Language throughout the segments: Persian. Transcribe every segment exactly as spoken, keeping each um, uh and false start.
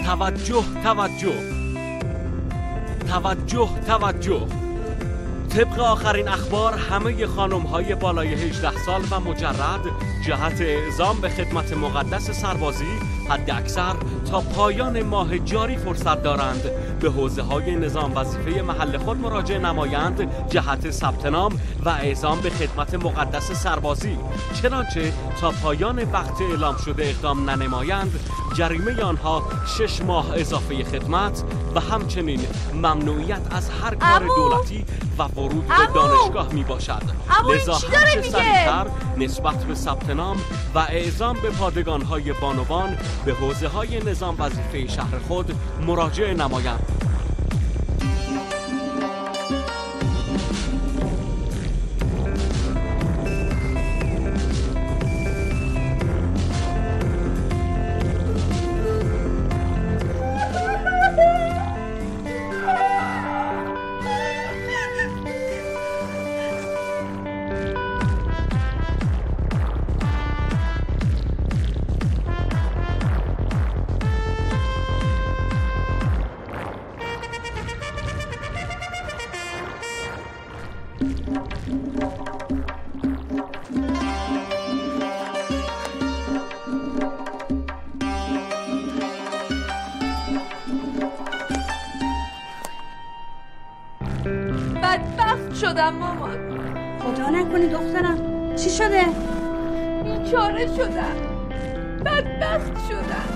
توجه توجه توجه توجه طبق آخرین اخبار همه خانم‌های بالای هجده سال و مجرد جهت اعزام به خدمت مقدس سربازی حد اکثر تا پایان ماه جاری فرصت دارند به حوزه‌های نظام وظیفه محل خود مراجعه نمایند جهت ثبت نام و اعزام به خدمت مقدس سربازی. چنانچه تا پایان وقت اعلام شده اقدام ننمایند جریمه آنها شش ماه اضافه خدمت و همچنین ممنوعیت از هر کار دولتی و ورود به دانشگاه می باشد. لذا هرچه سریعتر نسبت به ثبت نام و اعزام به پادگان‌های بانوان به حوزه‌های نظام وظیفه شهر خود مراجعه نمایند. بدبخت شدم مامان. خدا نکنی دخترم. چی شده؟ بیچاره شدم. بدبخت شدم.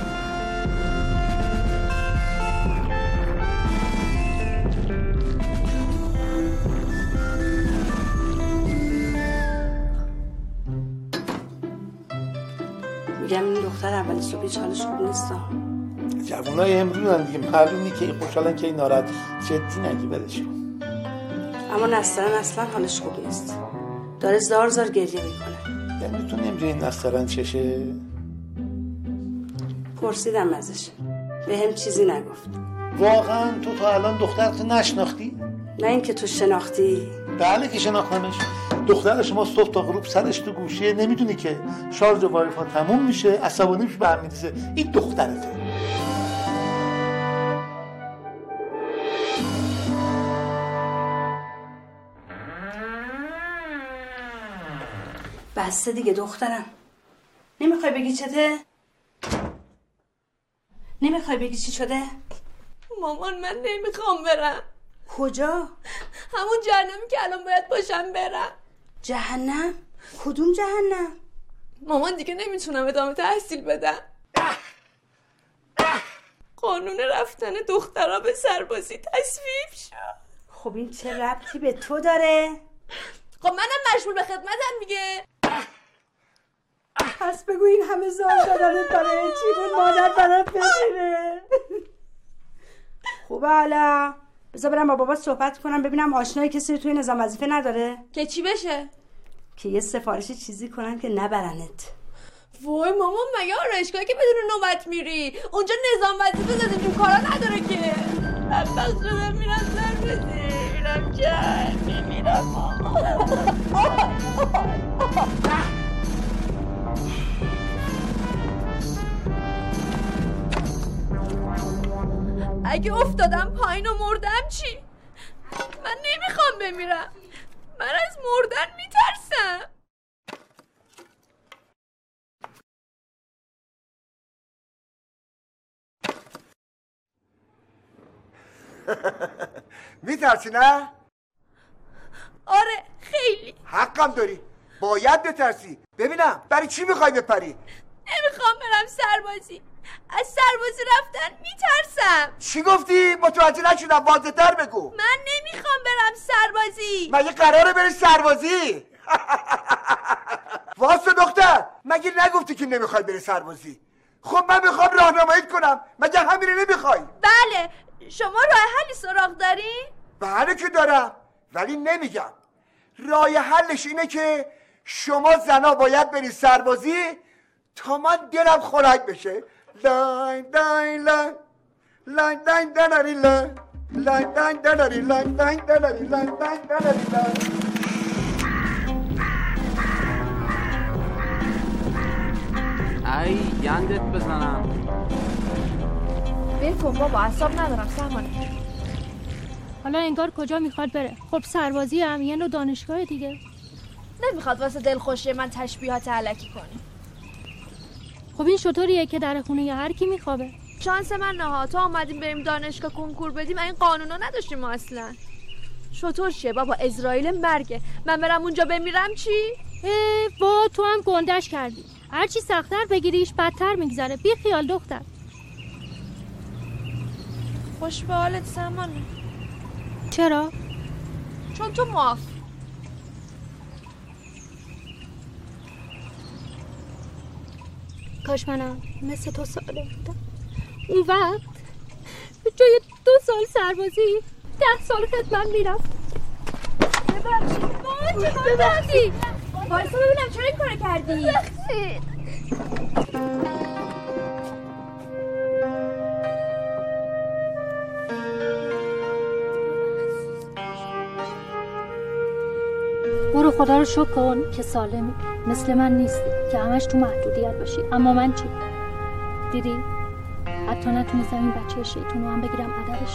میگم این دختر اول صبحی چالش خوب نیست. جوانای امروز دیگه معلومه که خوشحالن که این ناراحت جدی نگی بدش کن. اما نسترن اصلا حالش خوب نیست. داره زار زار گریه میکنه. یعنی تو نمیدونی نسترن چشه؟ پرسیدم ازش. به هم چیزی نگفت. واقعا تو تا الان دخترت نشناختی؟ نه اینکه تو شناختی. بله که شناختمش. دختر شما صبح تا غروب سرش تو گوشیه، نمیدونی که شارژ وایفای تموم میشه عصبانی میشه برمی ریزه. این دخترته. بسته دیگه دخترم. نمیخوای بگی چته؟ نمیخوای بگی چی شده؟ مامان من نمیخوام برم. کجا؟ همون جهنمی که الان باید باشم برم. جهنم؟ کدوم جهنم؟ مامان دیگه نمیتونم ادامه تحصیل بدم. قانون رفتن دخترها به سربازی تصویب شد. خب این چه ربطی به تو داره؟ خب منم مشغول به خدمتم دیگه. پس بگو این همه زار دادنت برای چی بود؟ مادر برات بگیره. خوبه حالا بذار برم با بابا صحبت کنم ببینم آشنای کسی توی نظام وظیفه نداره که چی بشه؟ که یه سفارش چیزی کنن که نبرنت. وای مامان مگه آرایشگاهی که بدون نوبت میری اونجا نظام وظیفه زده جو کارا نداره که. بدبخت شدم میرم سربازی میرم جهنمی میرم مامان. اگه افتادم پایین و مردم چی؟ من نمیخوام بمیرم. من از مردن میترسم. میترسی نه؟ آره خیلی. حقم داری. باید بترسی. ببینم برای چی میخوای بپری؟ نمیخوام برم سربازی. از سربازی رفتن میترسم. چی گفتی؟ متوجه نشدم. واضح‌تر بگو. من نمیخوام برم سربازی. مگه قراره بری سربازی؟ واسه دختر مگه نگفتی که نمیخوای بری سربازی؟ خب من میخوام راهنماییت کنم. مگه همین رو نمیخوای؟ بله. شما راه حلی سراغ داری؟ بله که دارم ولی نمیگم. راه حلش اینه که شما زنا باید بری سربازی تا من دلم خنک بشه. لاین لاین لاین لاین لاین داناری لاین لاین لاین داناری لاین لاین داناری لاین لاین داناری لاین. ای گندت بزنم. بکن بابا، اعصاب ندارم سهمانه. حالا انگار کجا میخواد بره؟ خب سربازی هم یه نوع دانشگاه دیگه. نمیخواد واسه دلخوشی من تشبیهات علکی کنی. خب این شطوریه که در خونه یا هر کی میخوابه. شانس من نه، تا اومدیم بریم دانشگاه کنکور بدیم این قانونا نداشتیم ما اصلا. شطور چیه بابا؟ اسرائیل مرگه، من برم اونجا بمیرم چی؟ اه وا تو هم گندش کردی. هرچی سخت‌تر بگیریش بدتر میگذره. بی خیال دختر. خوش به حالت سمانه. چرا؟ چون تو معاف. کاش منم مثل تو سالم بودم. اون وقت به جای دو سال سربازی ده سال خدمت میرفت. ببخشید وای چه کار کردی؟ وایسا ببینم چرا این کارو کردی؟ ببخشید. برو خدا رو شکر کن که سالمی، مثل من نیستی که همش تو محدودیت باشی. اما من چی؟ دیدی؟ حتی نتونستم این بچه شیطون رو هم بگیرم ادبش.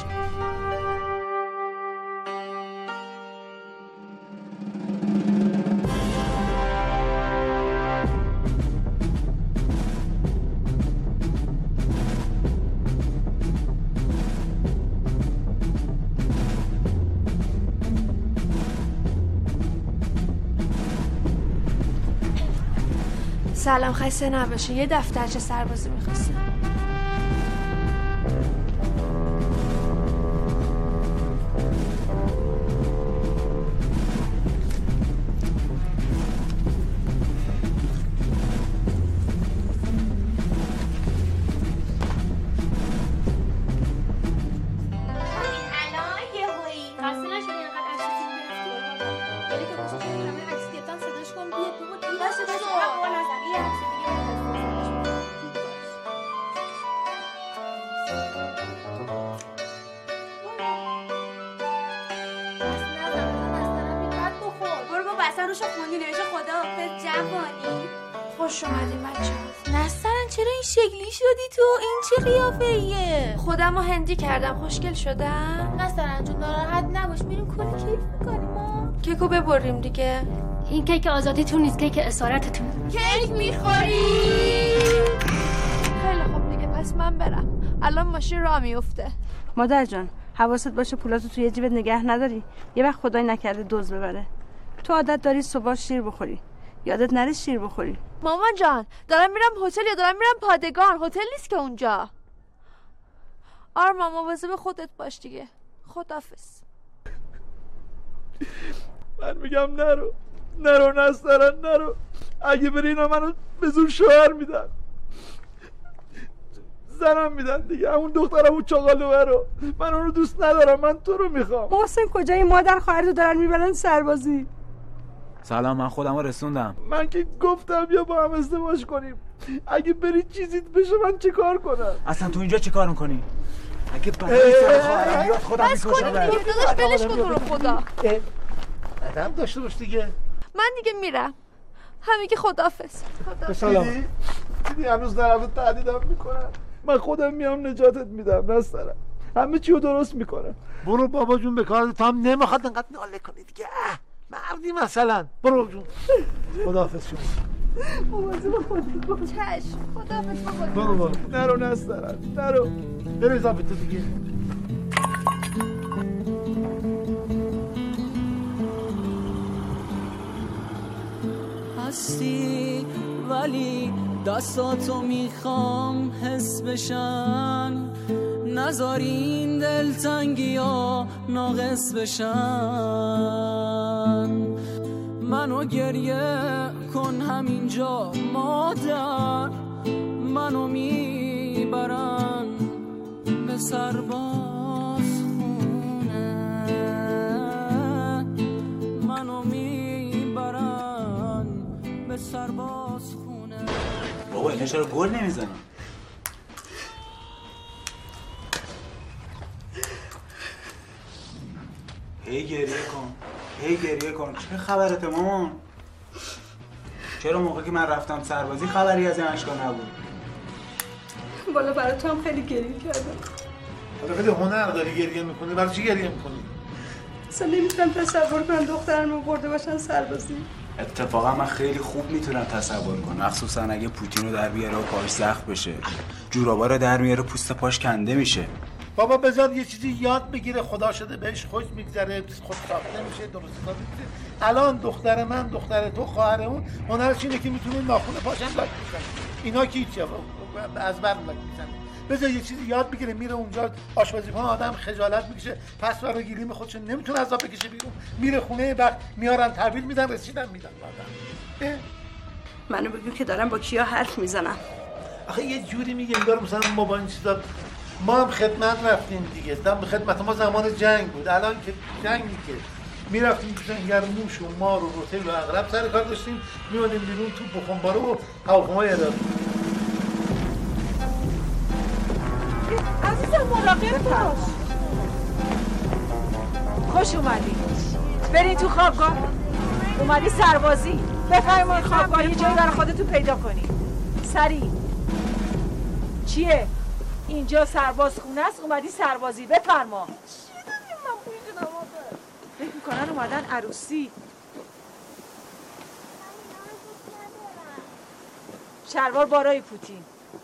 سلام، خسته نباشه. یه دفترچه سربازی می‌خواستم. خوش اومدین بچه‌ها. نسترن چرا این شکلی شدی تو؟ این چه قیافه ایه؟ خودمو هندی کردم. خوشگل شدم. نسترن جون ناراحت نباش، میریم کلی کیف میکنیم ما. کیکو ببریم دیگه. این کیک آزادیتون نیست، کیک اسارتتون. کیک میخوری؟ خیلی خوب دیگه، پس من برم. الان ماشین راه میفته. مادر جان حواست باشه پولاتو توی جیبت نگه نداری، یه وقت خدای نکرده دزد ببره. تو عادت داری صبح شیر بخوری، یادت نره شیر بخوری. مامان جان دارم میرم هتل یا دارم میرم پادگان؟ هتل نیست که اونجا. آرمان مواظب خودت باش دیگه. خداحافظ. من میگم نرو نرو نسترن نرو. اگه بری اینا منو به زور شوهر میدن، زنم میدن دیگه. همون دخترم اون چاقالوه رو، من اون رو دوست ندارم. من تو رو میخوام. محسن کجایی؟ مادر خواهرتو دارن میبرن سربازی. سلام، من خودم رو رسوندم. من که گفتم بیا با هم ازدواج کنیم. اگه بری چیزیت بشه من چه کار کنم؟ اصلا تو اینجا چه کار میکنی؟ اگه برای سر خواهرم بیاد خودم میکشم. بس کنیم دیگه داداش، بلش کن تو رو خدا. ادب داشته باش دیگه. من دیگه میرم. همین که خداحافظ. سلام. دیدی هنوز دارم تهدیدم میکنن. من خودم میام نجاتت میدم. نسترن همه چی رو درست میکنم. برو بابا جون به کار. تو هم نمیخواد انقدر ناله کنی دیگه. مردی مثلا. برو جون. خداحافظ شما. مواظب خودت باش. چشم. خداحافظ با خودت. برو برو. نرو نسترن نرو. برو اضافه تو دیگه. هستی ولی دستاتو میخوام حس بشن، نذار این دلتنگی ها ناقص بشن. منو گریه کن همینجا مادر، منو میبرن به سرباز خونه، منو میبرن به سرباز خونه. بابا اینا چرا گل نمیزنن؟ هی گریه کن هی گریه کن. چه خبرته مامان؟ چرا موقعی که من رفتم سربازی خبری از این اشکا نبود؟ بالا برای تو هم خیلی گریه کردم. حالا خیلی هنر داری گریه میکنی، برای چی گریه میکنی؟ اصلا نمیتونم تصور کنم دخترمو برده باشن سربازی. اتفاقا من خیلی خوب میتونم تصور کنم، مخصوصا اگه پوتین رو در بیاره و پاش زخم بشه، جورابا رو در میاره پوست پاش کنده میشه. بابا بذار یه چیزی یاد بگیره، خدا شده بهش خوش میگذره، خود ساخته میشه، درست حسابی میشه. الان دختر من، دختر تو، خواهر اون هنرش اینه که میتونه ناخن پاشم لاک بزنه. اینا کی چیه؟ از بر لاک میزنه. بذار یه چیزی یاد بگیره، میره اونجا آشپزی کنه، آدم خجالت میکشه، پس برای گیریم خودش نمیتونه از آب بکشه بیرون، میره خونه، بعد میارن تحویل میدن، رسیدن میدن آدم. منو بگو که دارم با کیا حرف میزنم. آخه یه جوری میگه انگار مثلا ما با این چیزا ما هم خدمت رفتیم دیگه، دم خدمت ما زمان جنگ بود، الان که جنگ نیست میرفتیم تو جنگ، موش و مار و روتل و عقرب سر کار داشتیم، میومدیم بیرون تو بخونباره و هواپیمای اداره. عزیزم مراقب باش. خوش اومدی. برین تو خوابگاه. اومدی سربازی. بفرمایید خوابگاه یه جایی برای خودتون پیدا کنی. سریع. چیه؟ اینجا سرباز خونه است، اومدی سربازی. بفرما. فکر میکنن اومدن عروسی. شلوار بارای پوتین.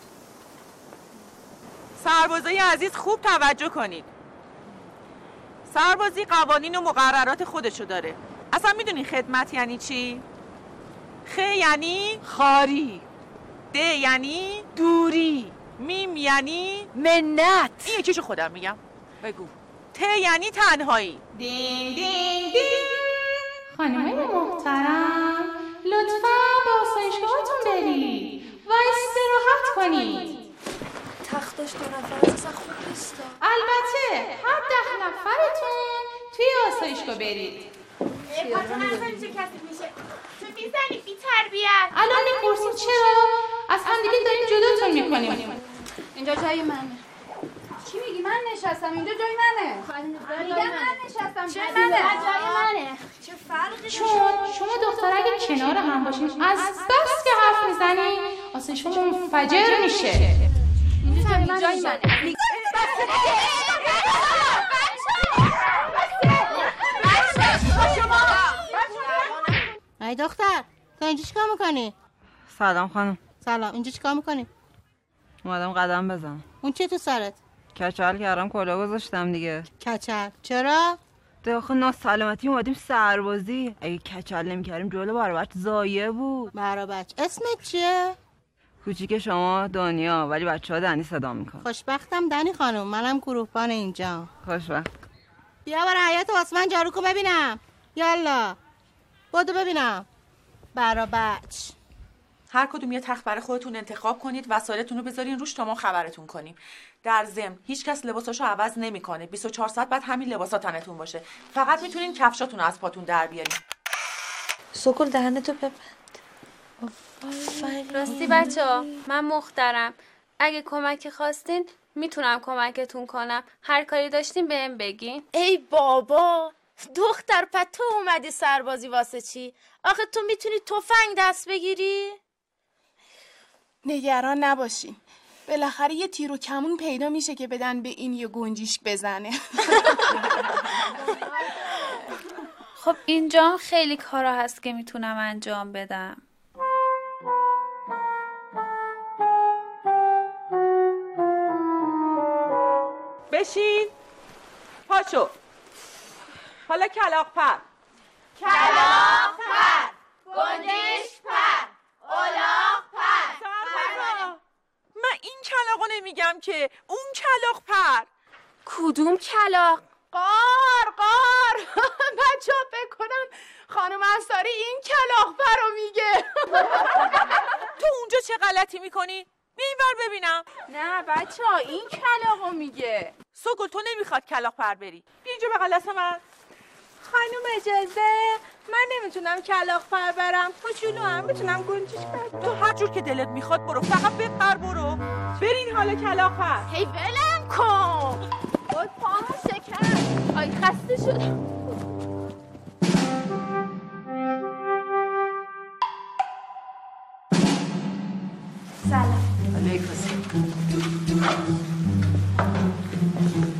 سربازای عزیز خوب توجه کنید. سربازی قوانین و مقررات خودشو داره. اصلا میدونی خدمت یعنی چی؟ خ یعنی خاری، د یعنی دوری، میم یعنی منت. این یکیشو خودم میگم. بگو. ت یعنی تنهایی. دین دین دین. خانمای محترم لطفاً به آسایشگاهتون برید و استراحت کنید. تختاش دو نفر اصلا خوب نیست. البته هر ده نفرتون توی آسایشگاه برید. پاتون اصلا چه کسی میشه؟ تو میزنی بی تربیت. الان میپرسید چرا؟ از همدیگه داریم جداتون میکنیم. اینجا جای منه. چی میگی؟ من نشستم اینجا جای منه. میگم من نشستم چه منه؟ جای منه. چه فرقی چون شما دختر اگه کنار هم باشین از بس که حرف میزنین آسایشگاه منفجر میشه. اینجا جای منه. ای دختر تو اینجا چیکار میکنی؟ سلام خانم. سلام. اینجا چیکار میکنی؟ اومدم قدم بزنم. اون چی تو سرت؟ کچل کردم کلا گذاشتم دیگه. کچل؟ چرا؟ داخل ناسلامتی اومدیم سربازی. اگه کچل نمی‌کردیم جلو برابچ زایه بود. برابچ اسمت چیه؟ کوچیک شما دنیا، ولی بچه‌ها دنی صدا میکنن. خوشبختم دنی خانم، منم گروهبان اینجا. خوشبخت. بیا برای حیاط واسه من جارو کن ببینم. یالا بودو ببینم. برابچ. هر کدوم یه تخت برای خودتون انتخاب کنید، وسایلتون رو بذارین روش تا ما خبرتون کنیم. در ضمن هیچ کس لباساشو عوض نمیکنه. بیست و چهار ساعت بعد همین لباسا تنتون باشه. فقط میتونین کفشاتون رو از پاتون در بیارین. سکل دهنتو ببند. راستی بچه‌ها من مخترم. اگه کمکی خواستین میتونم کمکتون کنم. هر کاری داشتین بهم بگین. ای بابا دختر پس تو اومدی سربازی واسه چی؟ آخه تو میتونی تفنگ دست بگیری؟ نگران نباشین، بالاخره یه تیر و کمون پیدا میشه که بدن به این یه گنجیش بزنه. خب اینجا خیلی کارا هست که میتونم انجام بدم. بشین. پاشو. حالا کلاغ پر. کلاغ پر، گنجش پر، الاغ پر. من این کلاغو نمیگم که، اون کلاغ پر. کدوم کلاغ؟ قار قار. بچه ها فکر کنم خانم انصاری این کلاغ پر رو میگه. تو اونجا چه غلطی میکنی؟ بیا این ور ببینم. نه بچه ها این کلاغ رو میگه. سوگل تو نمیخواد کلاغ پر بری. بیا اینجا بغل دست من. خانم اجازه، من نمیتونم کلاغ پر برم. کوچولو هم میتونم گنجش پر. تو هر جور که دلت میخواد برو، فقط بپر برو. برین حالا کلاغ پر. هی ولم کن. بود پاهم شکر. آی خسته شدم. سلام. علیکم السلام.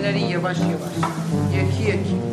داری یواش یواش یکی یکی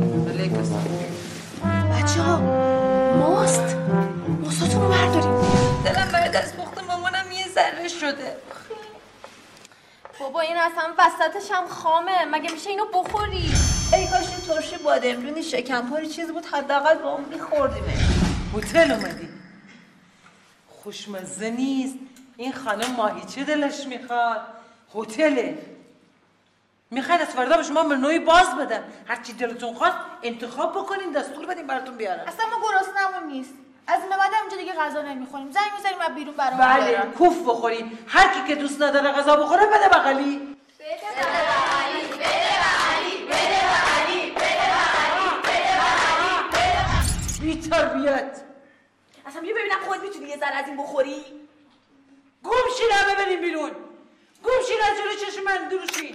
بچه ها ماست ماستاتون رو برداریم. دلم برای دست پخت مامانم یه ذره شده. بابا این اصلا وسطش هم خامه، مگه میشه اینو بخوری؟ ای کاش این ترشی بادمجونی شکمپاری چیزی بود حداقل با اون میخوردیمش. هتل اومدی خوشمزه نیست. این خانم ماهیچه دلش میخواد. هتله میخواید از فردا به شما منوی باز بدن، هر چی دلتون خواست انتخاب بکنین دستور بدین براتون بیارن. اصلا ما گرسنمون نیست، از این به بعد اینجا دیگه غذا نمیخوریم، زنگ میذاریم و بیرون برامون بله بیارن. کوف بخورین، هر کی که دوست نداره غذا بخوره بده بغلی. بده بغلی بده بغلی بده بغلی بده بغلی بده بغلی. بی تربیت. اصلا بیا ببینم خودت میتونی یه ذره از این بخوری؟ گم شین همه بریم بیرون. گم شین از جلوی چشم من دور شین.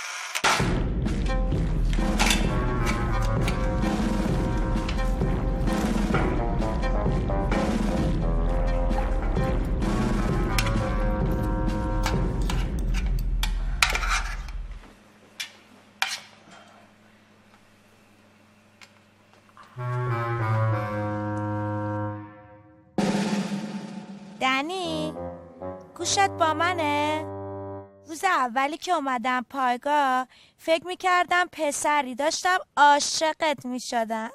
دنی گوشت با منه؟ روز اولی که اومدم پایگاه فکر میکردم پسری داشتم عاشقت میشدم.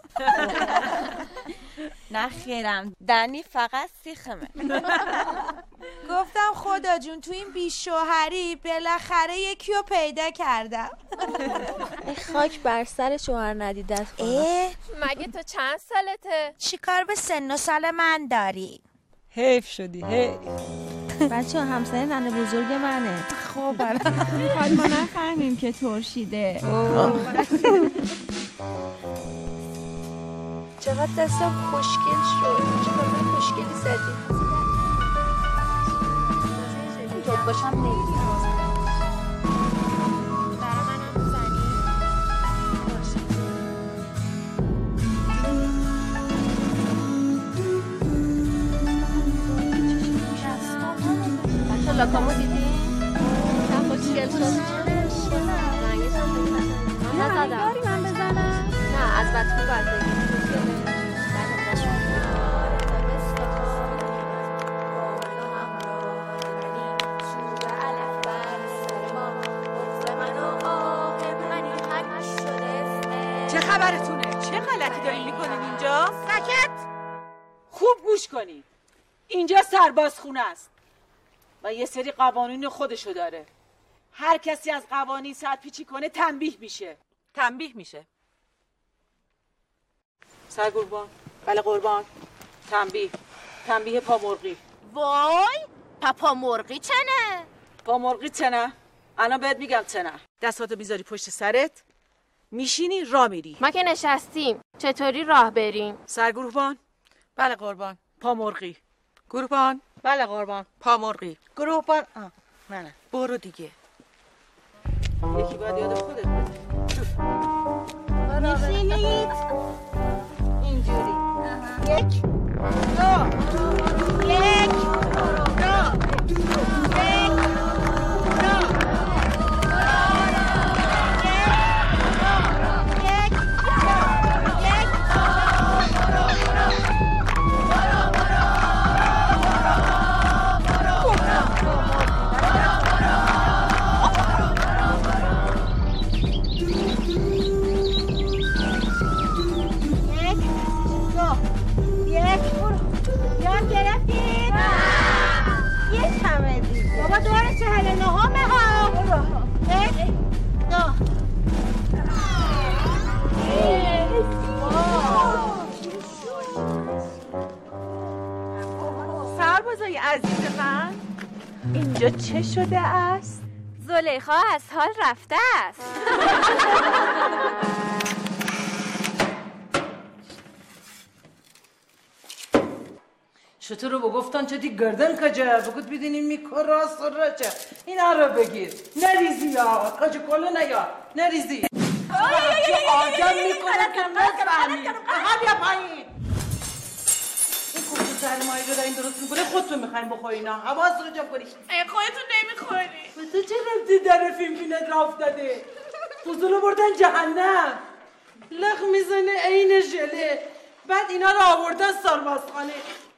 نه خیرم دنی فقط سیخمه. گفتم خدا جون تو این بیشوهری بالاخره یکی رو پیدا کردم. ای خاک بر سر شوهر ندیدت اه؟ مگه تو چند سالته؟ چیکار به سن و سال من داری؟ حیف شدی حیف. بچه همسایه ننه بزرگ منه. خب میخواد ما نفهمیم که ترشیده. چقدر دستم خوشگل شد. چقدر خوشگلی زدی. تو باشم نمیدونم. برای منم زنی. بچه لاکامو دیدی؟ چند خوشگل شد. رنگش هم بزنم. من نزدم. داری من بزنم؟ نه از بدخون بردگی. چه خبرتونه؟ چه غلطی دارین میکنین اینجا؟ سکت! خوب گوش کنین. اینجا سربازخونه است و یه سری قوانین خودشو داره. هر کسی از قوانین سرپیچی کنه تنبیه میشه. تنبیه میشه. سر قربان. بله قربان. تنبیه. تنبیه پامرغی. وای پا مرغی چنه؟ پامرغی چنه؟ الان بهت میگم چنه. دستاتو بیزاری پشت سرت. میشینی راه میری. ما که نشستیم چطوری راه بریم؟ سرگروهبان. بله قربان. پامرغی. گروهبان. بله قربان. پامرغی. گروهبان. آه نه نه برو دیگه. یکی باید یاد خودت بده. میشینید اینجوری. یک دو یک دو یک بابا دور چهل نهمه ها. یک دو سربازای عزیز من اینجا چه شده است؟ زلیخا از حال رفته است. شطور رو بگفتن چه دی گردن کجا بگود بیدینیم میکن راست و رچه اینا رو بگیر نریزی یا کجا کلو نیا نریزی چه آدم میکنه که نفهمی هم یا پایین این کلو سرمایی رو دارین درست میکنه خودتون میخواین بخورین حواس رو جمع کنی ای خودتون نمیخوری. تو چه رفتی در فیلم فیلت را افتاده فضولو بردن جهنم، لخ میزنه عین ژله. بعد اینا رو آوردن سربازخانه.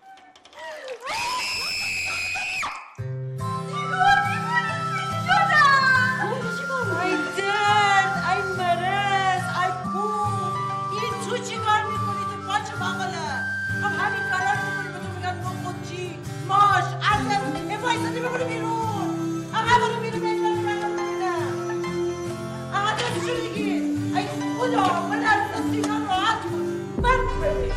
ای درد، ای مرض، ای کور. این تو چی کار میکنی تو پاچ باقله؟ خب همین کارا رو میکنی به تو میگن نخود چی؟ ماش، عدس، این فایستادی ببرو بیرون. آقا برو بیرون بینم بینم بینم. آقا دست شو بگیر. ای خدا من از دست اینا راحت کن. من ببین.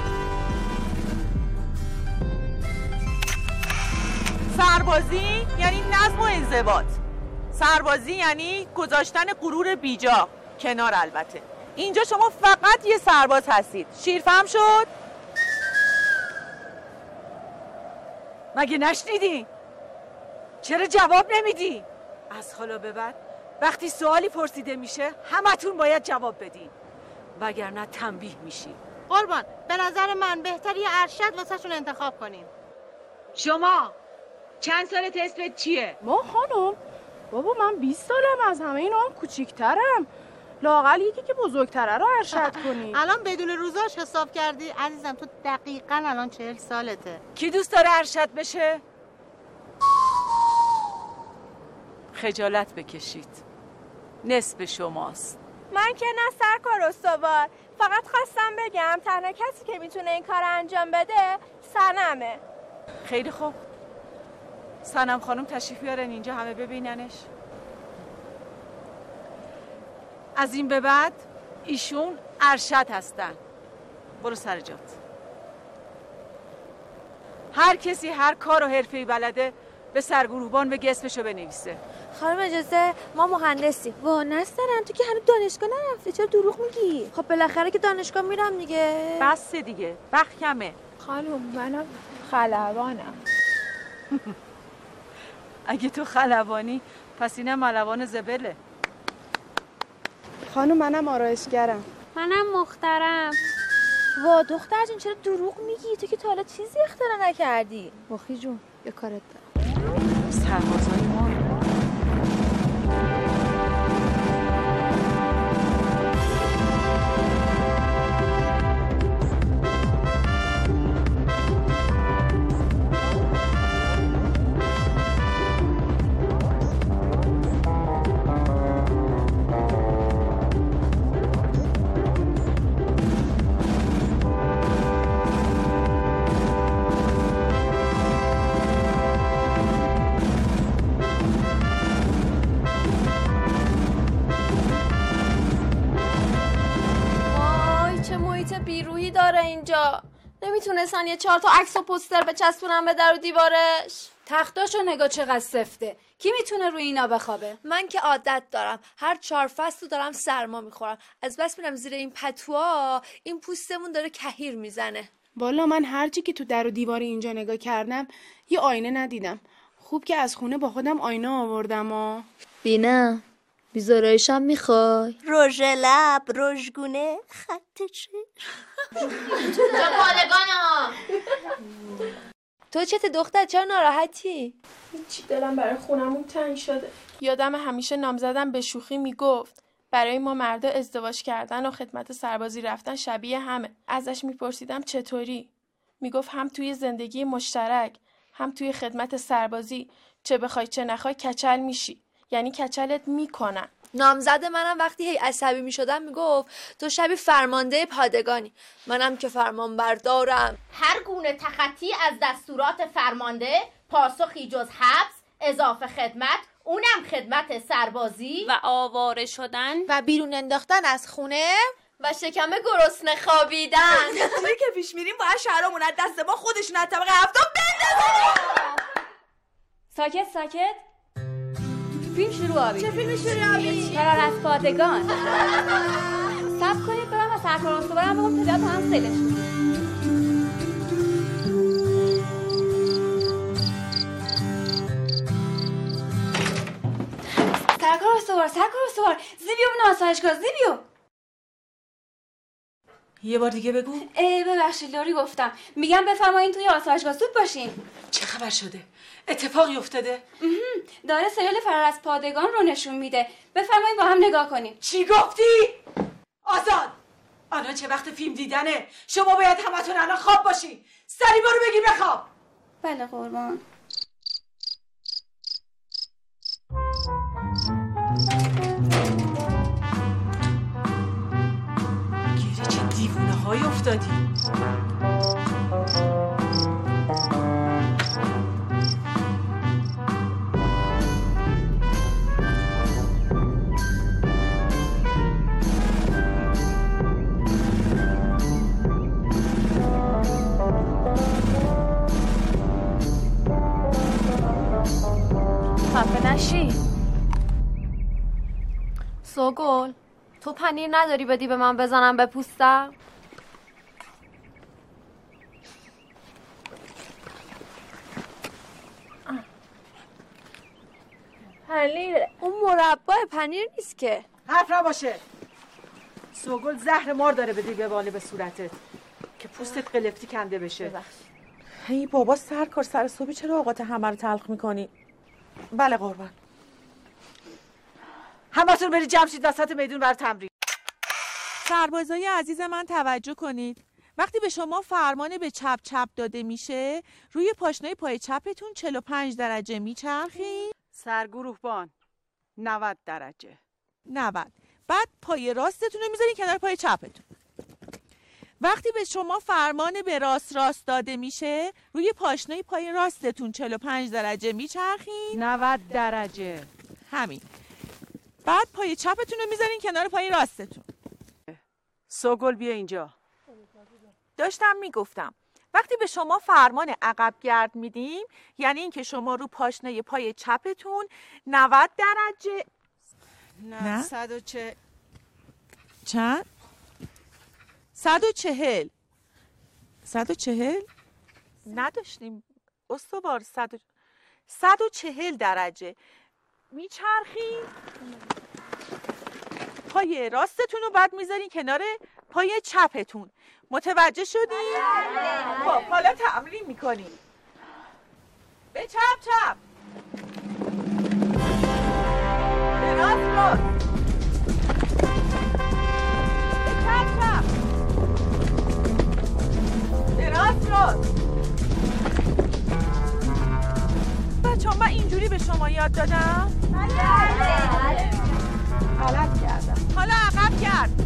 سربازی یعنی نظم و انضباط. سربازی یعنی گذاشتن غرور بیجا کنار. البته اینجا شما فقط یه سرباز هستید. شیرفهم شد؟ مگه نشنیدی؟ چرا جواب نمیدی؟ از حالا به بعد وقتی سوالی پرسیده میشه همتون باید جواب بدین، وگرنه تنبیه میشی. قربان به نظر من بهتر یه ارشد واسه شون انتخاب کنیم. شما چند سالت؟ اسمت چیه؟ ما خانم بابا من بیست سالم، از همه اینا هم کوچیک‌ترم. لااقل یکی که بزرگتره رو ارشد کنی. الان بدون روزاش حساب کردی عزیزم؟ تو دقیقاً الان چهل سالته. کی دوست داره ارشد بشه؟ خجالت بکشید، نصف شماست. من که نه سرکار استوار، فقط خواستم بگم تنها کسی که میتونه این کار انجام بده صنمه. خیلی خوب، صنم خانم تشریف بیارن اینجا همه ببیننش. از این به بعد ایشون ارشد هستن. برو سر جات. هر کسی هر کار و حرفه‌ای بلده به سرگروهبان بگه اسمشو بنویسه. خانم اجازه ما مهندسیم. وا نسترن تو که هنوز دانشگاه نرفتی، چرا دروغ میگی؟ خب بالاخره که دانشگاه میرم دیگه. بس دیگه، وقت کمه. خانم منم خلبانم. اگه تو خلبانی پس اینم ملوان زبله. خانم منم آرایشگرم. منم مخترم. وا دختر جون چرا دروغ میگی؟ تو که تا حالا چیزی اختراع نکردی. مخی جون یه کارت دارم. سربازای ما بیروحی داره اینجا. نمیتونستن یه چهار تا عکس و پوستر بچسبونن به در و دیوارش؟ تختاشو نگاه چقدر سفته. کی میتونه روی اینا بخوابه؟ من که عادت دارم هر چهار فصل دارم سرما میخورم. از بس میرم زیر این پتوها این پوستمون داره کهیر میزنه. والا من هرچی که تو در و دیوار اینجا نگاه کردم یه آینه ندیدم. خوب که از خونه با خودم آینه آوردم. ها بینم بیزارایشم میخوای؟ رژ لب، رژگونه، خط چشم. پادگانا تو چته دختر؟ چرا ناراحتی؟ هیچی، دلم برای خونمون تنگ شده. یادم همیشه نامزدم به شوخی میگفت برای ما مردا ازدواج کردن و خدمت سربازی رفتن شبیه همه. ازش میپرسیدم چطوری؟ میگفت هم توی زندگی مشترک هم توی خدمت سربازی چه بخوای چه نخوای کچل میشی، یعنی کچلت میکنن. نامزد منم وقتی هی عصبی میشدم میگفت تو شبیه فرمانده پادگانی. منم که فرمان بردارم. هر گونه تخطی از دستورات فرمانده پاسخی جز حبس، اضافه خدمت، اونم خدمت سربازی و آواره شدن و بیرون انداختن از خونه و شکم گرسنه خوابیدن. توی که پیش میریم باید شهرامون از دست ما خودشون از طبقه هفتم بندازن. ساکت ساکت. فیلم شروع آبی. چه فیلمی شروع آبی؟ فرار از پادگان. صبر کنید برم و سرکار استوارم بگم پدر تو هم سیلش. سرکار استوار، سرکار استوار، زیبیو من آسایشگاه، زیبیو. یه بار دیگه بگو. ای ببخشید لوری گفتم. میگم بفرمایین توی آسایشگاه سود باشین. چه خبر شده؟ اتفاقی افتاده؟ داره سریال فرار از پادگان رو نشون میده. بفرمایین با هم نگاه کنیم. چی گفتی؟ آزاد الان چه وقت فیلم دیدنه؟ شما باید همتون الان خواب باشین. سری برو بگی بخواب. بله قربان. گیری چه دیوونه های افتادی. خفه نشی. سوگل تو پنیر نداری بدی به من بزنم به پوستم؟ پنیر اون مربع پنیر نیست که. حرف نباشه. سوگل زهر مار داره بدی به باله به صورتت که پوستت قلفتی کنده بشه. هی بابا سرکار سر صبحی چرا اوقات همه رو تلخ میکنی؟ بله قربان. همتون برید جمع شید وسط میدون برای تمرین. سربازای عزیز من توجه کنید. وقتی به شما فرمان به چپ چپ داده میشه روی پاشنه پای چپتون چهل و پنج درجه میچرخید. سرگروهبان نود درجه. نود. بعد پای راستتون رو میذارین کنار پای چپتون. وقتی به شما فرمان به راست راست داده میشه روی پاشنه پای راستتون چهل و پنج درجه میچرخین. نود درجه. همین. بعد پای چپتون رو میذارین کنار پای راستتون. سوگل بیا اینجا. داشتم میگفتم وقتی به شما فرمان عقب گرد میدیم یعنی اینکه شما رو پاشنه پای چپتون نود درجه. نه صد و چه چند؟ صد و چهل. صد و چهل؟ نداشتیم استوار. صد و صد و چهل درجه میچرخی. پای راستتون رو بعد میذارین کنار پای چپتون. متوجه شدین؟ خب حالا تمرین میکنیم. به چپ چپ. به راست راست. به چپ چپ. به راست راست. بچه‌ها من اینجوری به شما یاد دادم؟ بله. غلط کردم. حالا عقب کرد.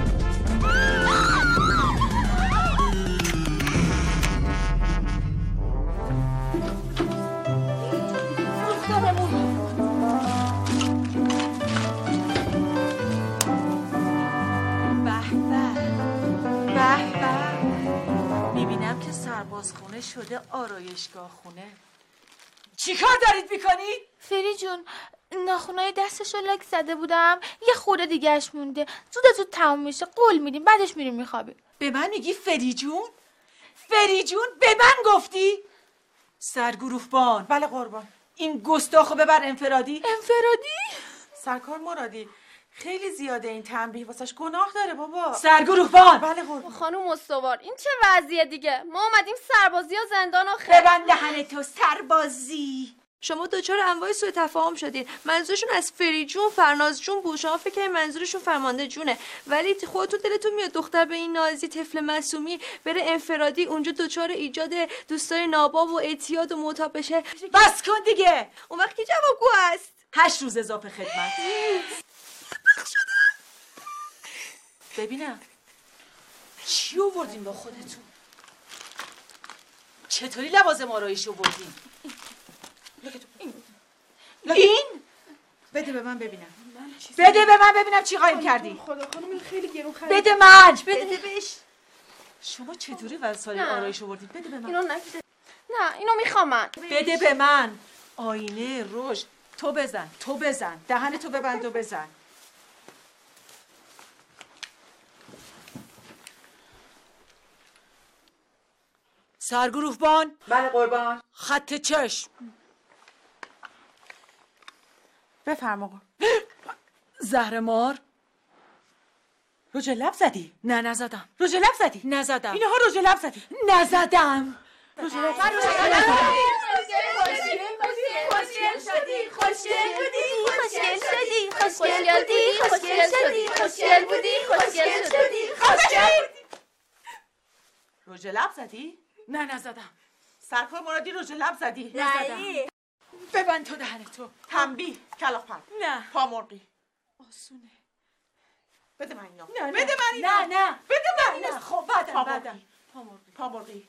میبینم که سربازخونه شده آرایشگاه خونه. چی کار دارید میکنید؟ فری جون ناخونای دستشو لک زده بودم یه خورده دیگهش مونده. زود زود تموم میشه. قول میدیم بعدش میریم میخوابیم. به من میگی فری جون؟ فری جون به من گفتی؟ سرگروهبان. بله قربان. این گستاخو ببر انفرادی. انفرادی؟ سرکار مرادی خیلی زیاده این تنبیه واسش گناه داره بابا. سرگروهبان. بله قربان. خانم استوار این چه وضعیه دیگه؟ ما اومدیم سربازی و زندان و خیلی. ببند دهن تو سربازی. شما دوچار انواع سوء تفاهم شدین. منظورشون از فری جون فرناز جون بود. شما فکر کنید منظورشون فرمانده جونه، ولی خودتون دلتون میاد دختر به این نازی طفل معصومی بره انفرادی اونجا دوچار ایجاد دوستای ناباب و اعتیاد و معتاد بشه. بس کن دیگه. اون وقت کی جوابگو است؟ هشت روز اضافه خدمت. ببینم چی آوردین با خودتون؟ چطوری لوازم آرایشی آوردین؟ این؟ بده به من ببینم. بده به من ببینم چی قایم کردی. خدا خانم خیلی گرون خرید. بده من. بده بهش. شما چطوری وسایل آرایش آوردید؟ بده به من. اینو نکشه. نه اینو میخوام من. بده به من. آینه رژ. تو بزن. تو بزن. دهن تو ببند و بزن. سرگروهبان. بله قربان. خط چشم. بفرما. زهر مار. رژ لب زدی؟ نه نزدم. رژ لب زدی؟ نزدم. اینها رژ لب زدی؟ نزدم. رژ لب خوشگل شدی، خوشگل بودی، خوشگل شدی، خوشگل بودی، خوشگل شدی، خوشگل بودی، خوشگل شدی، خوشگل. رژ لب زدی؟ نه نزدم. سرکار مرادی رژ لب زدی؟ نزدم. ببند تو دهنتو. تنبیه کلاغ‌پر. نه. پامرغی. آسونه. بده من اینا. نه بده من اینا. نه نه. بده من نه اینا. خب بعدم پامرغی. بعدم. پامرغی. پامرغی.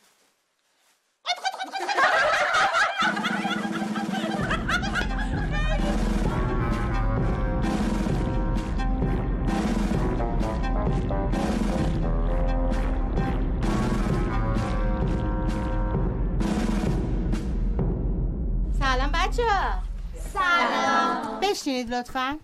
سلام بچه ها. سلام. بشینید لطفا.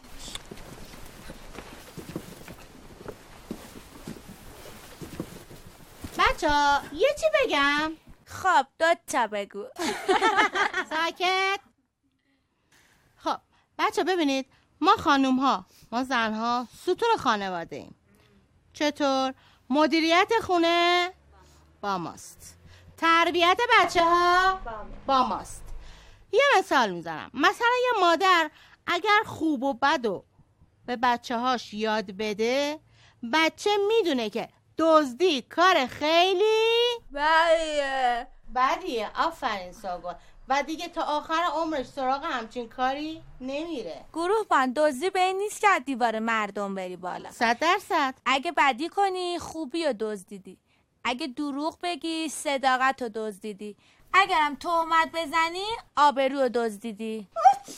بچه ها یه چی بگم؟ خب دو تا بگو. ساکت. خب بچه ببینید ما خانوم ها ما زن ها ستون خانواده ایم. چطور؟ مدیریت خونه با ماست، تربیت بچه ها با ماست. یه مثال میزنم، مثلا یه مادر اگر خوب و بد و به بچه هاش یاد بده، بچه میدونه که دزدی کار خیلی بدیه بدیه. آفرین ساگل. و دیگه تا آخر عمرش سراغ همچین کاری نمیره. گروه بان دزدی به این نیست که از دیوار مردم بری بالا. صد درصد. اگه بدی کنی خوبی رو دزدیدی، اگه دروغ بگی صداقت رو دزدیدی، اگرم تهمت بزنی آبرو رو دزدیدی.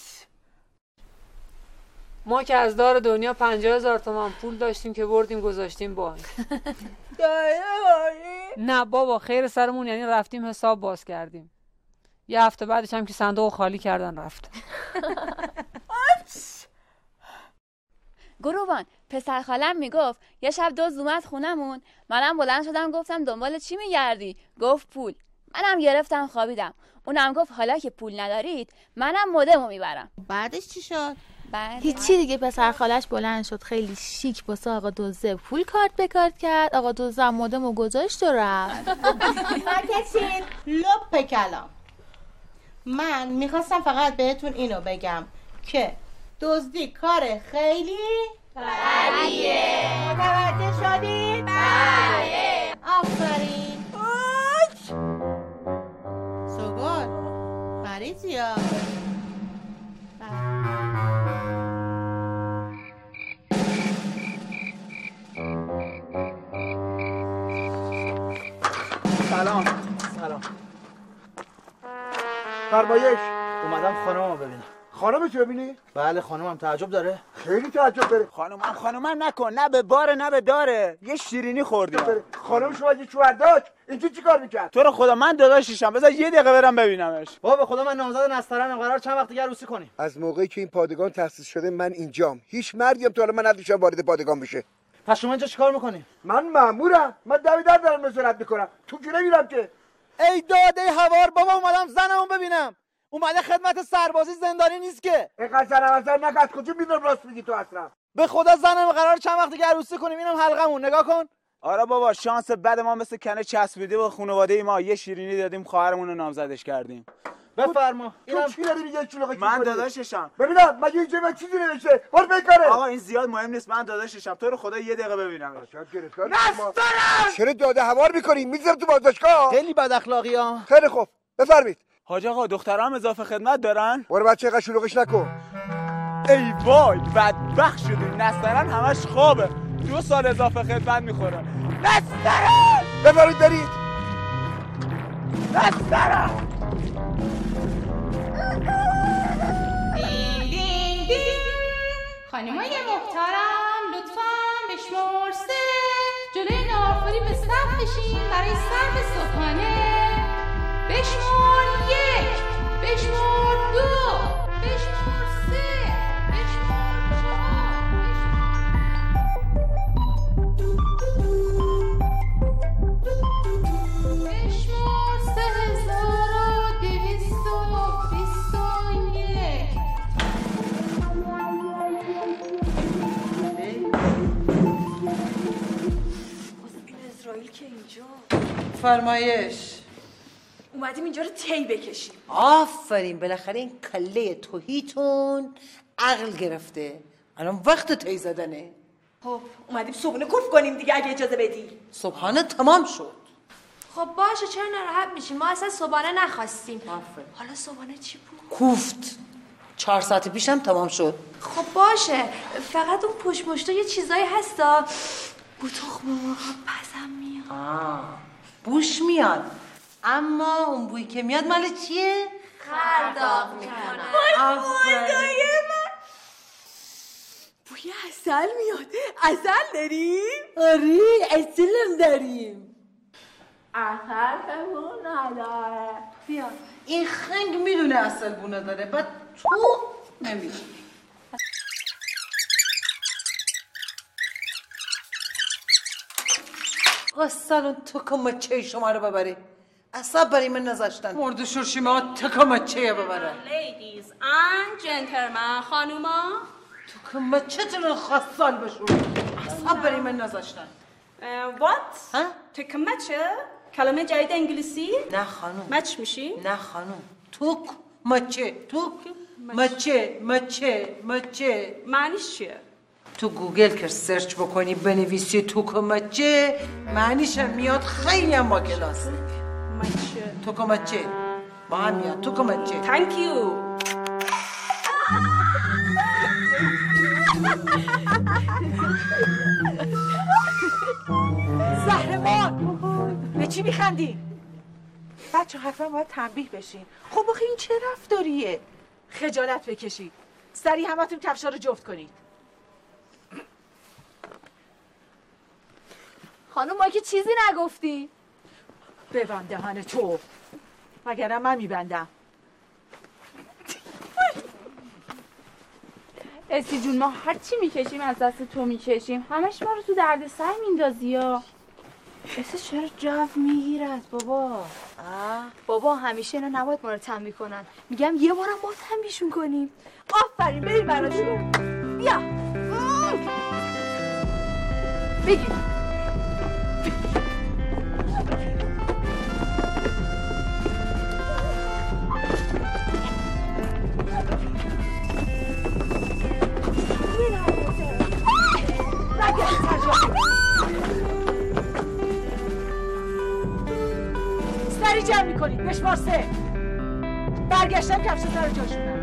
ما که از دار دنیا پنجاه هزار تومان پول داشتیم که بردیم گذاشتیم بانک. نه بابا خیر سرمون، یعنی رفتیم حساب باز کردیم. یه هفته بعدش هم که صندوق خالی کردن رفت. گروبان پسر خالم میگفت یه شب دزد اومد خونمون، منم بلند شدم گفتم دنبال چی میگردی؟ گفت پول. منم گرفتم خوابیدم. اونم گفت حالا که پول ندارید منم مودمو میبرم. بعدش چی شد؟ بعد هیچی دیگه. پسر خالش بلند شد خیلی شیک واسه آقا دزده پول کارت به کارت کرد. آقا دزده هم مودمو گذاشت و رفت. ساکتین. لپ کلام. من میخواستم فقط بهتون اینو بگم که دزدی کار خیلی بدیه. متوجه شدید؟ بله. آفرین. سوگل مریضی ها. سلام. سلام. فرمایش. اومدم خانممو ببینم. خانمت ببینی؟ بله خانمم تعجب داره. خیلی تعجب داره. خانمم خانمم نکن، نه به باره نه به داره. یه شیرینی خوردیم. خانم شما یه چوار داشت اینجا چیکار میکرد؟ تو رو خدا من داداششم، بذار یه دقیقه برم ببینمش. بابا به خدا من نامزد نسترنم، قرار چند وقت دیگه عروسی کنیم. از موقعی که این پادگان تأسیس شده من اینجام. هیچ مردی هم تا حالا من ندیدم وارد پادگان بشه. پس شما اینجا چیکار میکنی؟ من مأمورم. من دویدار دارم نظارت میکنم. تو که نمیرم که. ای داده هوار بابا اومدم زنمو ببینم. اومده خدمت سربازی، زندانی نیست که. اینقدر زنم از زن نگه، از کجا میدونم راست میگی تو اصلا؟ به خدا زنم قرار چند وقت دیگه عروسی کنیم، اینم حلقمون نگاه کن. آره بابا شانس بد ما مثل کنه چسبیده و خانواده ما یه شیرینی دادیم خواهرمون رو نامزدش کردیم. بفرما. تو چی داری میگی چلوقه؟ من داداششم. ببینم مگه اینجا من چیزی نوشته؟ برو بکاره. آقا این زیاد مهم نیست، من داداششم. تو رو خدا یه دقیقه ببینم. نسترن! چرا داده هوار میکنی؟ میذارم تو بازداشتگاه. خیلی بد اخلاقی ها. خیلی خوب. بفرمایید. حاج آقا دخترام اضافه خدمت دارن؟ برو بچه اینقدر شلوغش نکن. ای وای بدبخت شدیم. نسترن همش خوابه. دو سال اضافه خدمت میخوره. نسترن! بفرمایید برید. نسترن! دین دین دین. خانمای محترم لطفاً بشمار سه جلوی ناهارخوری به صف بشین برای صرف صبحانه. بشمار یک، بشمار دو، بشمار سه، بشمار چهار، بشمار سه هزار و دویست و بیست و یک. فرمایش. اومدیم اینجا رو تی بکشیم. آفرین، بالاخره این کله توهیتون عقل گرفته. الان وقت تی زدنه. خب اومدیم صبحونه کوف کنیم دیگه اگه اجازه بدی. صبحانه تمام شد. خب باشه، چرا ناراحت میشین؟ ما اصلا صبحانه نخواستیم. آفرین. حالا صبحانه چی بود؟ کوفت. چهار ساعت پیشم تمام شد. خب باشه، فقط اون پشت مشتا یه چیزایی هستا بو تخم مرغ پزم میاد. آه بوش میاد، اما اون بویی که میاد مال چیه؟ خرداق میکنه. خدای من بوی عسل میاد. عسل داریم؟ آره عسلم داریم. عسل بو نداره. بیا این خنگ میدونه عسل بو نداره، بعد تو نمیدونی. اصلا تکمچه شما رو ببره. اصلا برای من نذاشتن مرد شرشی ما تکمچه ببره. لیدیز and gentlemen خانوما تکمچه تون خاصال بشون. اصلا برای من نذاشتن. what؟ ها؟ تکمچه؟ کلمه جدید انگلیسی؟ نه خانوم. مچ میشی؟ نه خانوم. توک مچه توک مچه مچه مچه معنیش چیه؟ تو گوگل که سرچ بکنی بنویسی توک مچه معنیش هم میاد خیلی هم با کلاس. مچه توک مچه با هم میاد توک مچه. تانک یو. زهرمان به چی میخندی؟ بچه حتما باید تنبیه بشین. خب آخه این چه رفتاریه؟ خجالت بکشید. سریع همتون کفشا رو جفت کنید. خانم ما که چیزی نگفتی. ببند دهن تو وگرنه من میبندم. اسی جون ما هر چی میکشیم از دست تو میکشیم، همش ما رو تو درد سر میندازی یا اسی چرا جو میگیرد بابا؟ آه. بابا همیشه اینا نباید ما رو تنبیه کنن. میگم یه بارم ما تنبیهشون کنیم. آفرین بریم براتون. بیا بگیر. سری جمع میکنید. بشمار سه. برگشتم کفش سر جاشونم.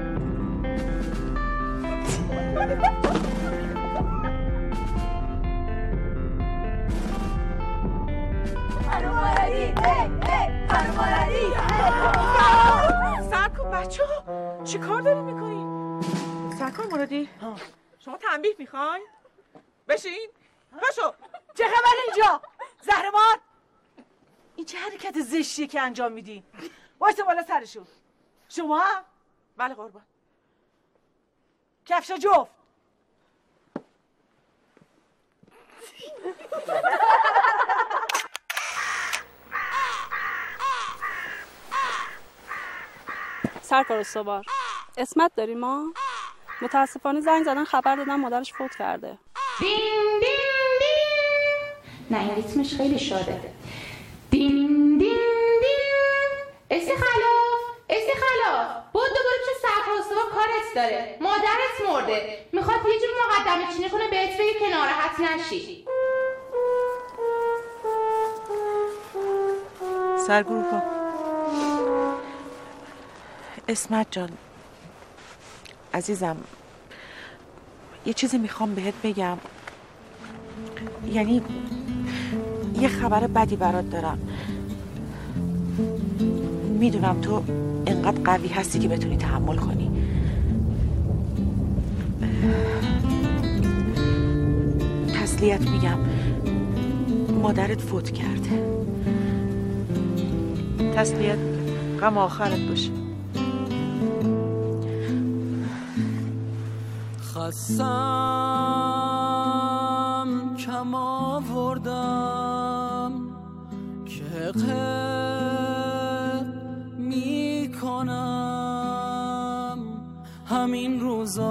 سرکن بچه ها چی کار داری میکنی؟ سرکن مرادی شما تنبیه میخواین؟ بشین باشو. چه خبر اینجا؟ زهرمان این چه حرکت زشتیه که انجام میدین؟ وایسا بالا سرشون. شما هم؟ بله قربان. کفشا جفت. سرکار استوار اسمت داریم ما؟ متاسفانه زنگ زدن خبر دادن مادرش فوت کرده. دین دین دین. نه این ریتمش خیلی شاده. دین دین دین. اسی خلاف اسی خلاف بود دوباره چه سرکار استوار کارت داره. مادرت مرده، میخواد یه جور مقدمه چینی کنه بهت بگه که ناراحت نشی. سرگروه کن. اسمت جان عزیزم یه چیزی میخوام بهت بگم. یعنی یه خبر بدی برات دارم. میدونم تو انقدر قوی هستی که بتونی تحمل کنی. تسلیت میگم مادرت فوت کرده. تسلیت میگم غم آخرت باشه. خستم کم آوردم که قد می کنم همین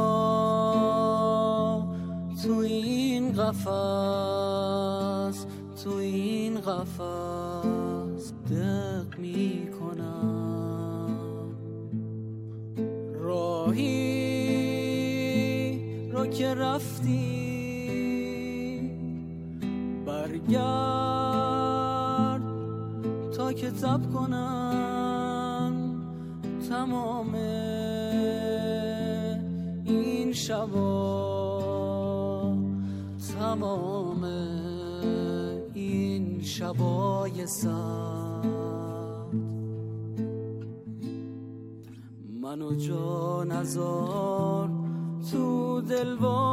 روزا تو این قفس تو این قفس دق میکنم، راهی رو که رفتی برگرد تا که تب کنم تمام این شبا، تمام این شبای سرد. منو جا نذار تو دل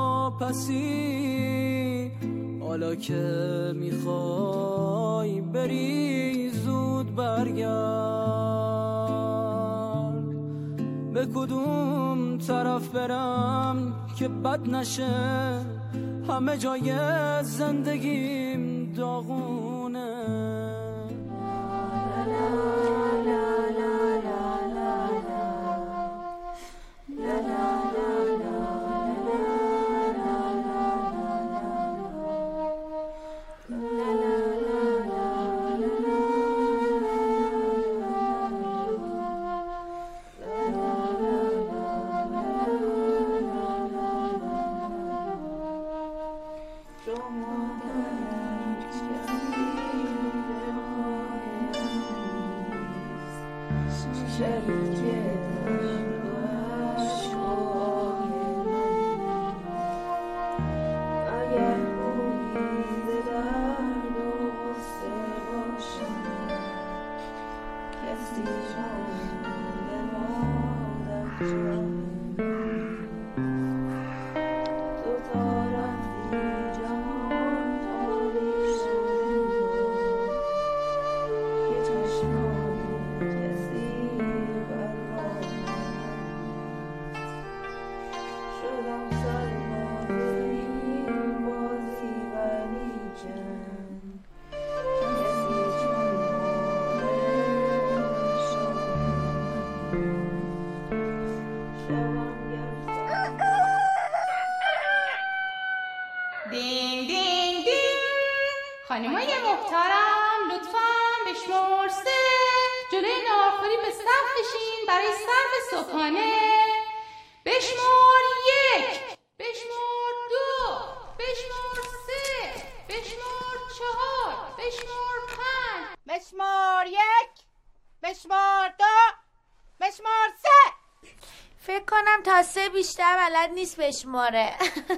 واپسی، حالا که میخوای بری زود برگرد. به کدوم طرف برم که بد نشه، همه جای زندگیم داغونه. دین دین دین. خانمای محترم لطفاً بشمار سه جلوی ناخوری به صف بشین برای صرف صبحانه. بشمار یک، بشمار دو، بشمار سه، بشمار چهار، بشمار پنج. بشمار یک، بشمار دو، بشمار سه. فکر کنم تا سه بیشتر بلد نیست بشماره.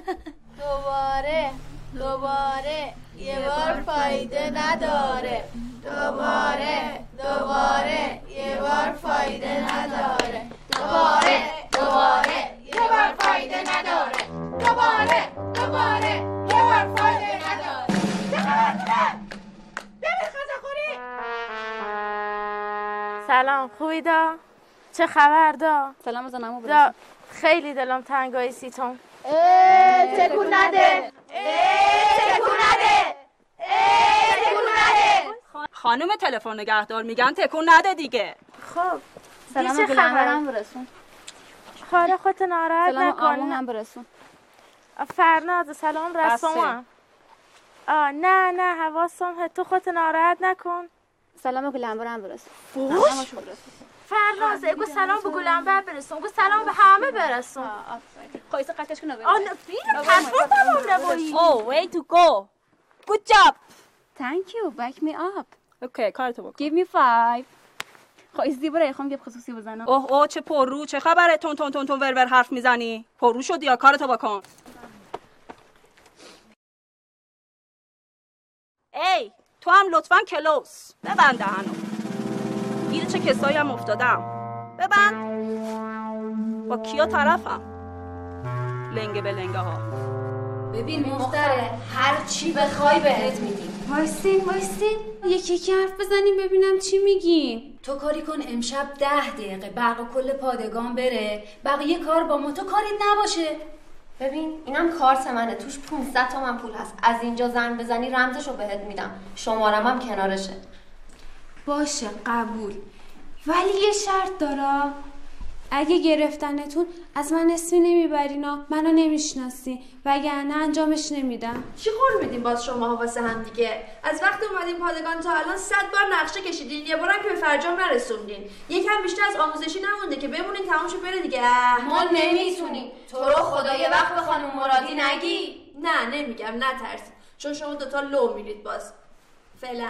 دوباره دوباره یه بار فایده نداره، دوباره دوباره یه بار فایده نداره، دوباره دوباره یه بار فایده نداره، دوباره دوباره یه بار فایده نداره. ببین غذاخوری. سلام، خوبی دا؟ چه خبر دا؟ سلام زنمو دا برسون. خیلی دلم تنگای سیتون. تکون نده، تکون نده، تکون نده. خانم تلفن نگهدار میگن تکون نده دیگه. خب سلام چه گلنورم برسون. خاله خودت ناراحت سلام نکن. آرمان هم برسون. فرناز سلام رسوم. آه نه نه حواسم تو خودت ناراحت نکن. سلام گلنورم برسون. فوش فرناز اگه سلام به گلنبر برسون، گو سلام به همه برسون. خواهیسته قطعش کنه آه نه فیلم پسپورت هم نبایی. Oh way to go. Good job. Thank you. Back me up. اوکی کارتو بکن. Give me five. خواهیستی برای خواهم یه خصوصی بزنم. اوه اوه چه پررو، چه خبره تون تون تون تون ور ور حرف میزنی؟ پررو شدی یا کارتو بکن. ای تو هم لطفاً کلوز ببند دهنو. گیر چه کسایی هم افتادم. ببند. با کیا طرفم؟ لنگه به لنگه ها. ببین مختاره، هر چی بخوای بهت میگیم. وایسین وایسین یکی یکی حرف بزنیم ببینم چی میگیم. تو کاری کن امشب ده دقیقه برق کل پادگان بره، بقیه کار با ما، تو کاریت نباشه. ببین اینم کارت منه، توش پانصد تومن پول هست. از اینجا زنگ بزنی رمزشو بهت میدم، شمارم هم کنارشه. باشه قبول، ولی یه شرط داره. اگه گرفتنتون از من اسمی نمیبرینا، منو نمیشناسی، وگرنه انجامش نمیدم. چی قول میدین باز شما واسه هم دیگه؟ از وقت اومدین پادگان تا الان صد بار نقشه کشیدین، یه بارم که به فرجام نرسوندین. یکم بیشتر از آموزشی نمونده که بمونین تموم شو بره دیگه. ما نمیتونیم. تو رو خدا یه وقت به خانم مرادی نگی. نه نمیگم، نترسید، چون شما دوتا لو میرید باز. فعلا.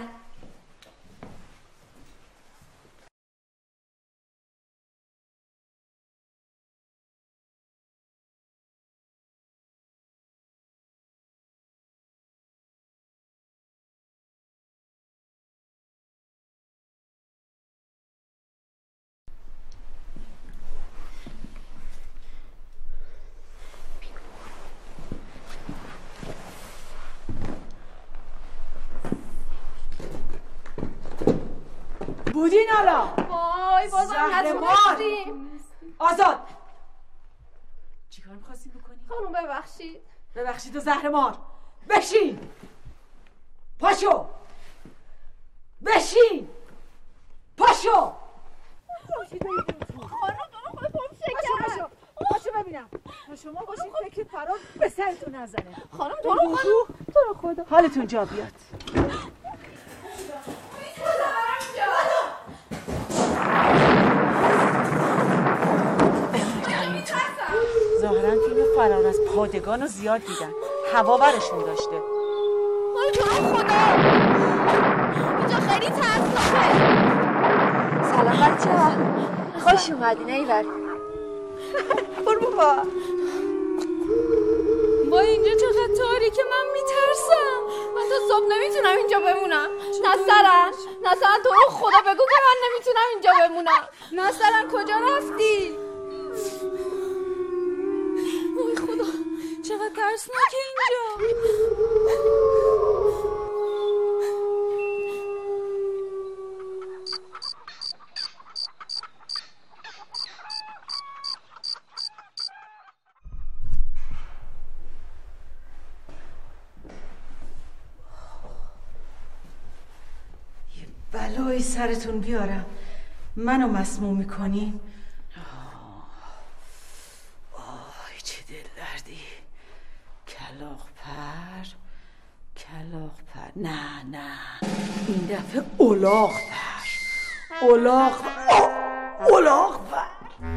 بودین حالا؟ وای بازم نتونستیم. آزاد چیکار می‌خواستی بکنی؟ خانم ببخشید. ببخشید و زهر مار. بشین. پاشو. بشین. پاشو. خانم تو خود پام شکر. پاشو پاشو ببینم. شما باشین فکر فرار به سرتون نزنه. خانم تو رو خدا. تو رو خدا. حالتون جا بیاد. ظاهراً فیلم فرار از پادگان رو زیاد دیدن. هوا برشون داشته. وای تو رو خدا. اینجا خیلی ترسناکه. سلام بچه‌ها. خوش اومدین ایول. برو بابا. وای اینجا چقدر تاریکه، من میترسم. من تا صبح نمیتونم اینجا بمونم. نصرن نصرن تو رو خدا بگو که من نمیتونم اینجا بمونم. نصرن کجا رفتی؟ وای خدا چقدر ترسناکه اینجا. بلایی سرتون بیارم، منو مسموم میکنین. آی چه دل دردی. کلاغ پر کلاغ پر نه نه این دفعه الاغ پر الاغ پر الاغ پر.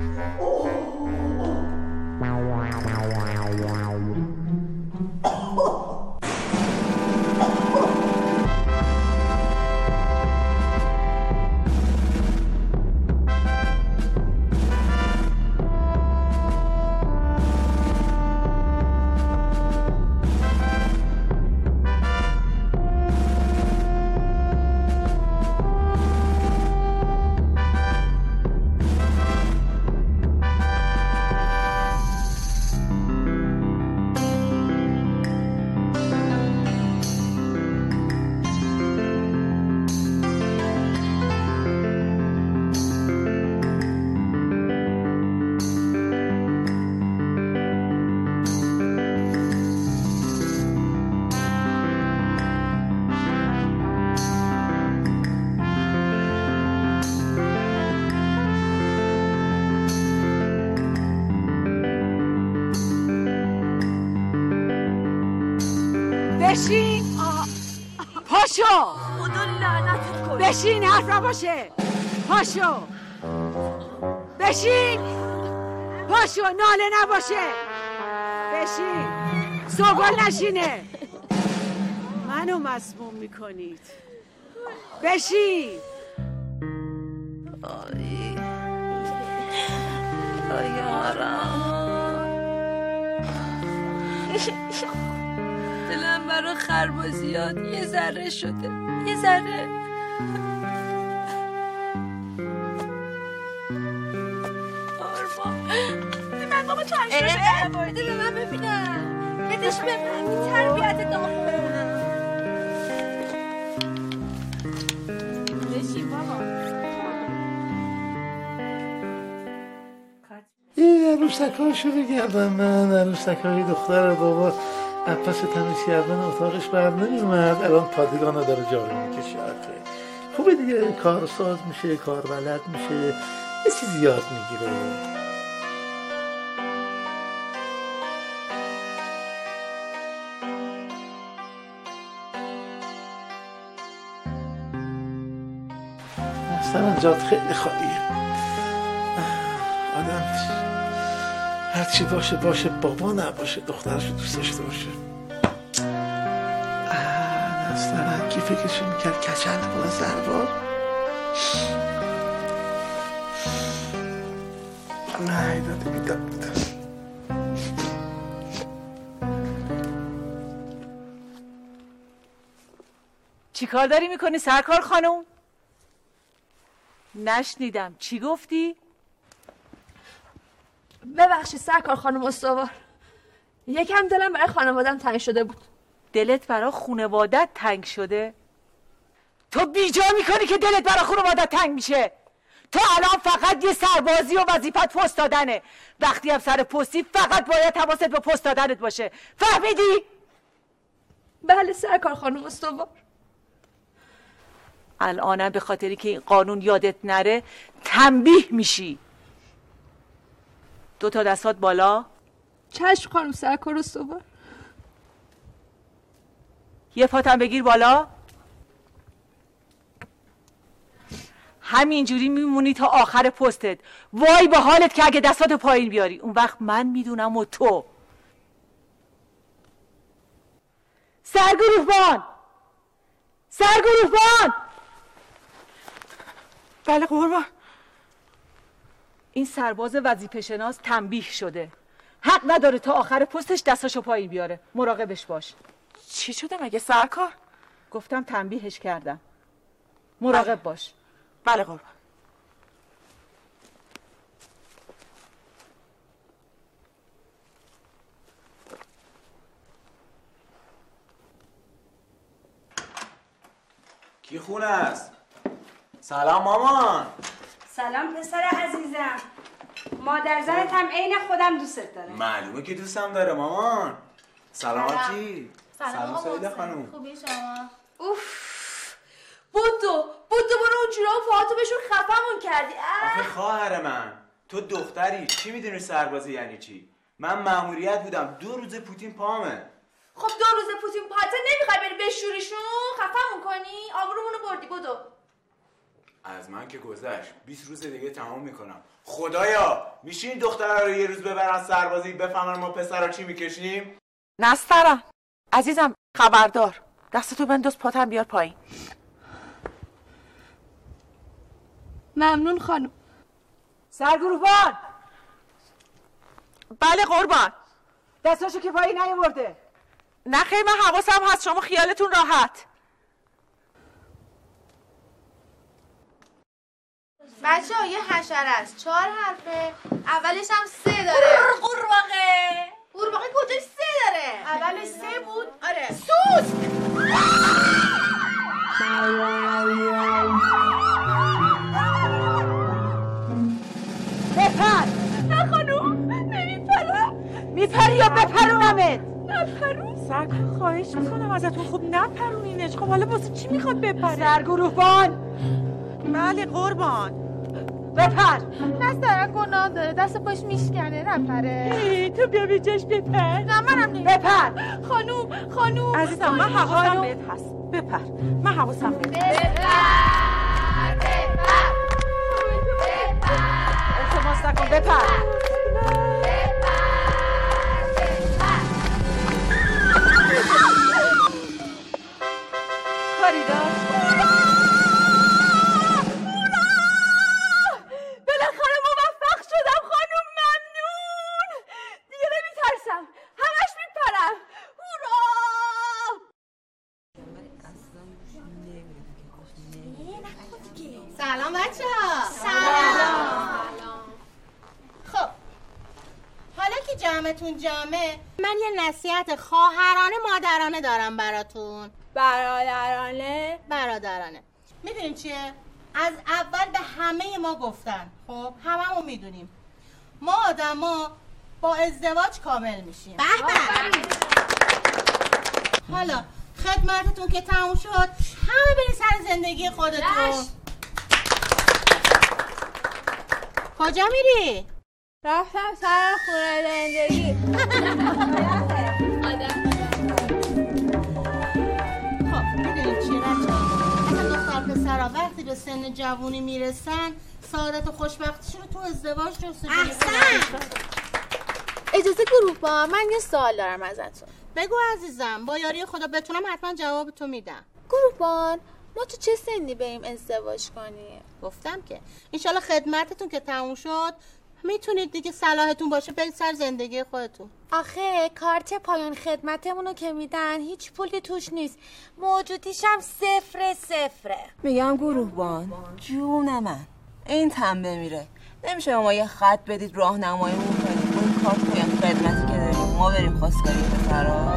بشین. پاشو. خدا لعنتت کنه. بشین حرف نباشه. پاشو. بشین. پاشو ناله نباشه. بشین. سوگل نشینه. منو مسموم میکنید. بشین. آی آی آرام. دلم برای خربازیات یه ذره شده، یه ذره. آرمان بده من بابا تو همشه بده به من ببینم، بدش به من این تربیت دامون. بشین بابا. این عروسکاشو بگردم من، عروسکای دختر بابا پس تمیز کردن اتاقش بر نمیومد، الان پادگان رو داره جارو میکشه. خوبه دیگه، کارساز میشه، کار بلد میشه، یه چیزی یاد میگیره. مثلا جات خیلی خالیه. آدم هرچی باشه باشه بابا نباشه دخترشو دوست داشته باشه. مثلا کی فکرشو میکرد کچل با زربار؟ نه داده میدم بودم. چی کار داری میکنی سرکار خانم؟ نشنیدم چی گفتی؟ ببخشید سرکار خانم استوار، یکم دلم برای خانوادم تنگ شده بود. دلت برای خانوادت تنگ شده؟ تو بیجا میکنی که دلت برای خانوادت تنگ میشه. تو الان فقط یه سربازی و وظیفت پست دادنه. وقتی هم سر پستی فقط باید حواست به پست دادنت باشه. فهمیدی؟ بله سرکار خانم استوار. الانم به خاطری که این قانون یادت نره تنبیه میشی. دو تا دستات بالا. چشم خانم سرکار استوار. یه پاتم بگیر بالا. همینجوری میمونی تا آخر پستت. وای به حالت که اگه دستات پایین بیاری اون وقت من میدونم و تو. سرگروهبان سرگروهبان. بله قربان. این سرباز وظیفه شناس تنبیه شده. حق نداره تا آخر پستش دستاشو پایین بیاره. مراقبش باش. چی شده مگه سرکار؟ گفتم تنبیهش کردم. مراقب بله. باش. بله قربان. کی خونه است؟ سلام مامان. سلام پسر عزیزم. مادر زنت هم عین خودم دوستت داره. معلومه که دوستم داره مامان. سلامتی. سلام سایده خانم. خوبی شما؟ اوف بودو بودو برو اونجورا و فاهاتو بشون خفمون کردی. آخه خواهر من تو دختری چی میدونی سربازی یعنی چی؟ من مأموریت بودم دو روز پوتین پامه. خب دو روز پوتین پاته نمیخوای بری بشوریشون خفمون کنی؟ آبرومونو بردی بودو. از من که گذشت بیست روز دیگه تمام میکنم. خدایا میشه این دخترها رو یه روز ببرن سربازی بفهمن ما پسرها چی میکشیم؟ نسترن عزیزم خبردار. دستتو بنداز پاتم بیار پایین. ممنون خانم. سرگروهبان. بله قربان. دستاشو که پایین نیاورده. نه خیلی من حواسم هست شما خیالتون راحت. بچه ها یه حشره است چهار حرفه اولش هم سه داره. قورباغه قورباغه کجاش سه داره؟ اولش سه بود. آره سوس. بپر. نه خانوم نمیپرم. میپری یا بپرونمت؟ نپرون. سرکار خواهش میکنم ازتون خوب نپرونینش. خب حالا واسه چی میخواد بپره؟ سرگروهبان. بله قربان. بپر. نسترن گناه داره دست پاش میشکنه نپره. تو بیا به جاش بپر. نه منم نیم. بپر. خانوم خانوم عزیزم من حواسم بهت هست. بپر. من حواسم بهت هست. بپر بپر بپر. التماس نکن بپر. کاری داشت. بالاخره موفق شدم خانوم. ممنون. دیگه نمیترسم. همش میپرم. هورا. سلام بچه ها. سلام. خب حالا که جمعتون جمعه من یه نصیحت خواهرانه مادرانه دارم براتون. برادرانه برادرانه میدونین چیه؟ از اول به همه ما گفتن. خب هممون میدونیم ما آدما با ازدواج کامل میشیم. به به. حالا خدمتتون که تموم شد همه برین سر زندگی خودتون. کجا میری؟ رفتم سر خونه زندگی. خب میدونی چی رچه؟ اصلا دختر پسرها وقتی به سن جوونی میرسن سعادت و خوشبختیشون رو تو ازدواج جستجو احسن. اجازه گروه با من یه سوال دارم ازتون. بگو عزیزم، با یاری خدا بتونم حتما جواب تو میدم. گروهبان ما تو چه سنی بریم ازدواج کنیم؟ گفتم که انشالله خدمتتون که تموم شد میتونید دیگه صلاحتون باشه برید سر زندگی خودتون. آخه کارت پایان خدمتمونو که میدن هیچ پولی توش نیست، موجودیش هم صفر صفره. میگم گروهبان جون من این تن بمیره نمیشه ما یه خط بدید راهنماییمون کنید اون کارت پایان خدمتی که داریم ما بریم خواستگاری پسرا.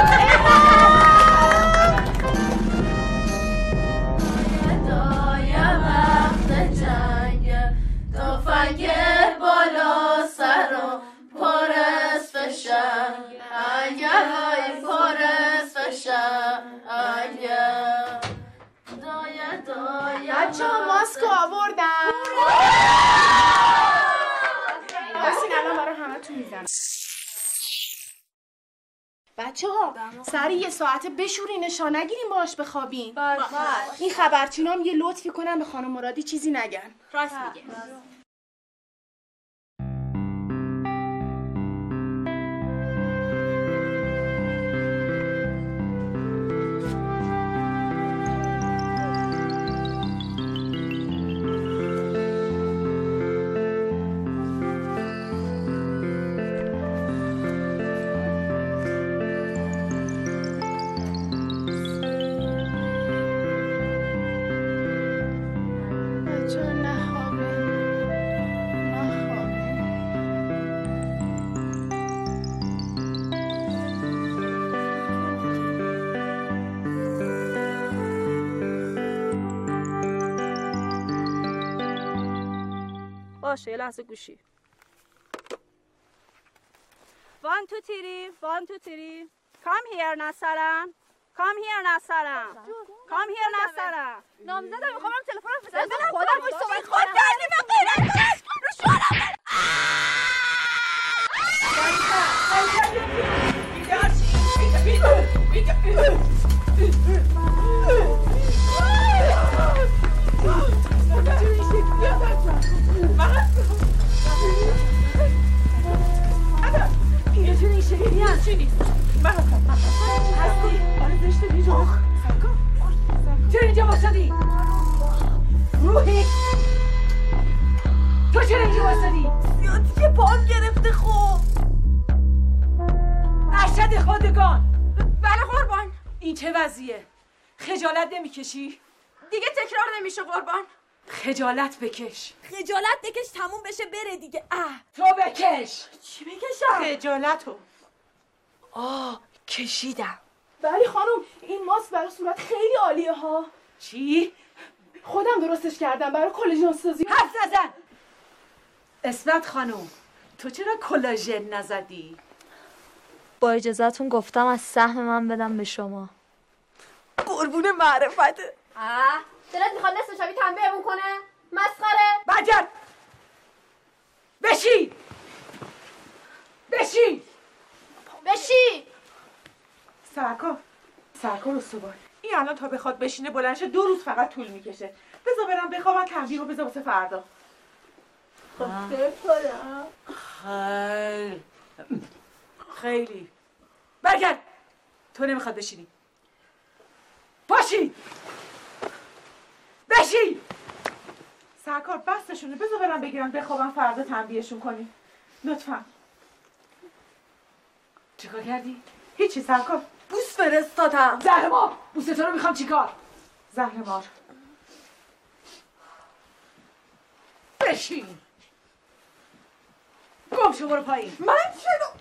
تفنگ بالا سر و پرس فشن اگر پرس فشن اگر دایه دایه بچه ها ماسک آوردم بسین الان برای همه تو میزنم. بچه ها سری یه ساعته بشورینشا نگیریم باش بخوابین. این خبرچینام یه لطفی کنن به خانم مرادی چیزی نگن. راست میگه. باشه یه لحظه گوشی. وان تو تیری وان تو تیری کام هیر نسرم کام هیر نسرم کام هیر نسرم. نامزدم میخوام تلفنم بزنم خودم باش صحبت کنم. خود کردی من غیرت کنم رو شوارم برم. یه جوری این شکلی هم چی نیست هستی آره زشته بیجا چرا اینجا باشدی روحی تو چرا اینجا باشدی زیادی که پام گرفته خوب ارشد خودگان. بله قربان. این چه وضعیه خجالت نمیکشی دیگه تکرار نمیشه قربان. خجالت بکش. خجالت بکش تموم بشه بره دیگه. اه تو بکش. چی بکشم؟ خجالتو. آه کشیدم. ولی خانم این ماسک برای صورت خیلی عالیه ها. چی؟ خودم درستش کردم برای کلاژن سازی. حرف نزن. اسمت خانم تو چرا کلاژن نزدی؟ با اجازهتون گفتم از سهم من بدم به شما. قربون معرفته. اه دلت میخواد نصف شبی تنبیهمون کنه؟ مسخره. برگرد بشین بشین بشین. سرکار سرکار استوار این الان تا بخواد بشینه بلند شه دو روز فقط طول میکشه. بذار برم بخوابم تنبیه رو بذار واسه فردا. خیلی خیلی برگرد. تو نمیخواد بشینی. باشی بشین. سرکار بستشونه بذار برم بگیرم بخوابم فردا تنبیهشون کنی لطفا. چیکار کردی؟ هیچی سرکار. بوس فرستادم. زهرمار بوس تو رو میخوام چیکار؟ زهرمار بشین. گم شو برو پایین. من چرا؟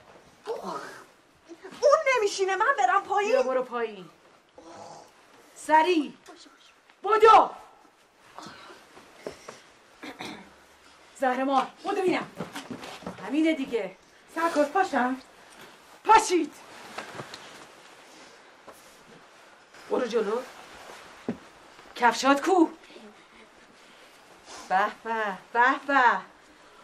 اون نمیشینه من برم پایین. بیا برو پایین. سریع بدو. زهرمار بدو بینم. همینه دیگه. سرکار پاشم. پاشید. برو جلو. کفشات کو؟ به به به به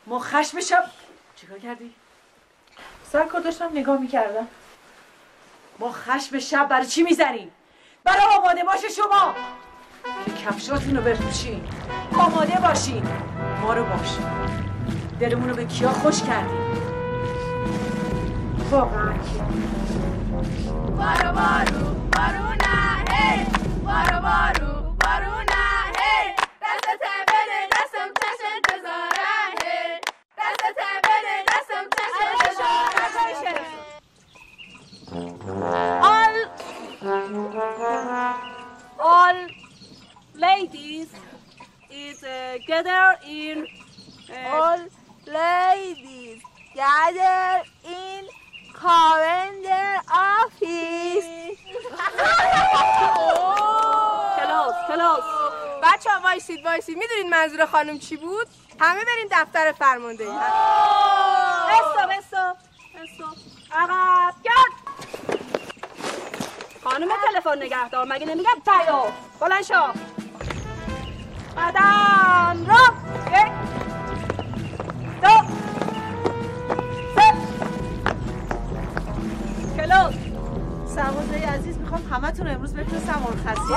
مخش بشم. چیکار کردی؟ سرکار داشتم نگاه میکردم. مخش به شب برای چی میزنی؟ برای آماده باشه شما که کفشاتون رو بپوشین، آماده باشین. ما رو باش دلمون رو به کیا خوش کردیم واقعا. بارو بارو بارونه هی، بارو بارو بارونه هی، دستت بده دستم چشت بذاره هی، دستت بده دستم چشت بذاره. All all ladies is uh, gather in uh, all ladies gather in Cavender office. کلاس کلاس. بچه ها وایسید وایسید. میدونید منظور خانم چی بود؟ همه بریم دفتر فرماندهی. استاپ استاپ استاپ. عقب گرد. خانم تلفن نگهدار مگه نمیگم تایو. بلند شو. قدم را. یک دو سه. کلاس. سربازای عزیز میخوام همتون امروز بفرستم مرخصی.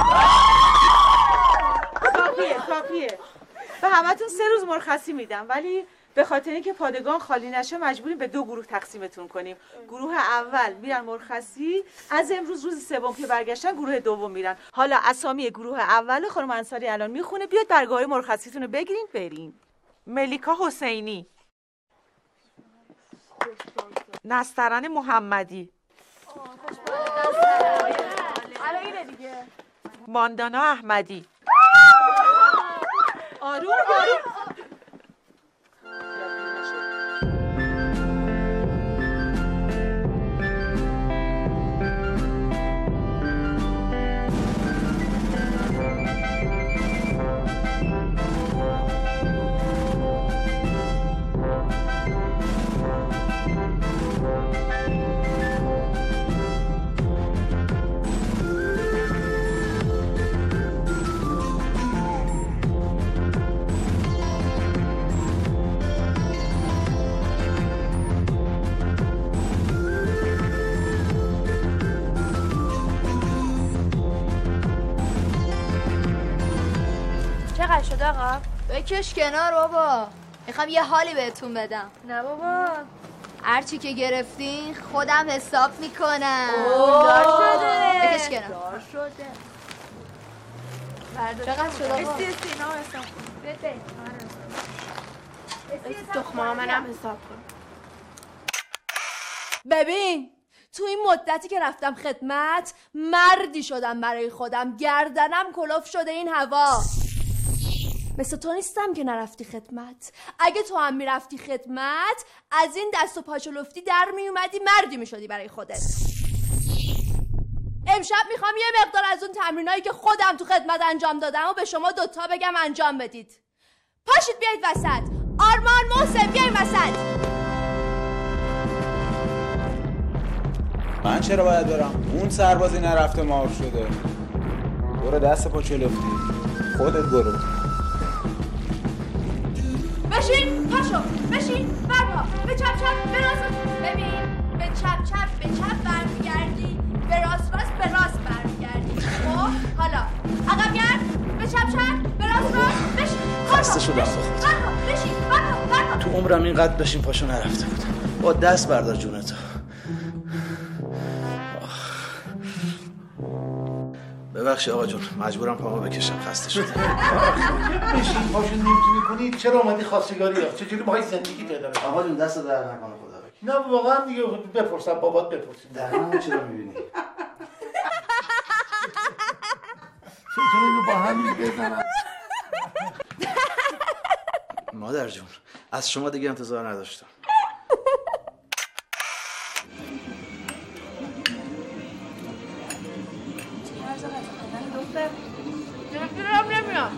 کافیه کافیه. به همتون سه روز مرخصی میدم، ولی به خاطر اینکه پادگان خالی نشه مجبوریم به دو گروه تقسیمتون کنیم. گروه اول میرن مرخصی، از امروز روز سوم که برگشتن گروه دوم میرن. حالا اسامی گروه اول خانم انصاری الان میخونه، بیاد برگه‌های مرخصیتون رو بگیرین برین. ملیکا حسینی، نسترن محمدی، ماندانا احمدی. آروم آروم. چقدر شد آقا؟ بکش کنار بابا. میخوام یه حالی بهتون بدم. نه بابا، هرچی که گرفتین خودم حساب میکنم. دار شده. بکش کنار. دار شده. چقدر شد آقا؟ استی استی اینا حساب کن. بده. استی تخمه منم حساب کن. ببین تو این مدتی که رفتم خدمت مردی شدم برای خودم. گردنم کلوف شده این هوا. مثل تو نیستم که نرفتی خدمت. اگه تو هم میرفتی خدمت از این دست و پاچو لفتی در میومدی، مردی میشدی برای خودت. امشب میخوام یه مقدار از اون تمرینایی که خودم تو خدمت انجام دادم و به شما دوتا بگم انجام بدید. پاشید بیایید وسط. آرمان، محسن بیاین وسط. من چرا باید برم؟ اون سربازی نرفته معاف شده. برو دست پاچو لفتی. خودت برو. بشین پاشو بشین برپا به چپ چپ به راست. ببین به چپ چپ به چپ برمیگردی، به راست راست به راست برمیگردی. خب حالا عقب گرد، به چپ چپ به راست راست. بشین خسته شدم بخواد. برپا بشین برپا برپا. تو عمرم اینقدر بشین پاشو نرفته بودم. با دست بردار جونتو. ببخشی آقا جون، مجبورم پامو بکشم، خسته شدم. بشین پاشو نمیتونی کنی، چرا اومدی خواستگاری ها؟ چجوری باهاش زندگی پیدا کنی؟ آقا جون دست در نکنه خدا بکی. نه واقعا دیگه بپرسم بابات بپرسیم. دهنمو چرا میبینی؟ چطور اینو با همین بزنم؟ مادر جون از شما دیگه انتظار نداشتم. نمیام.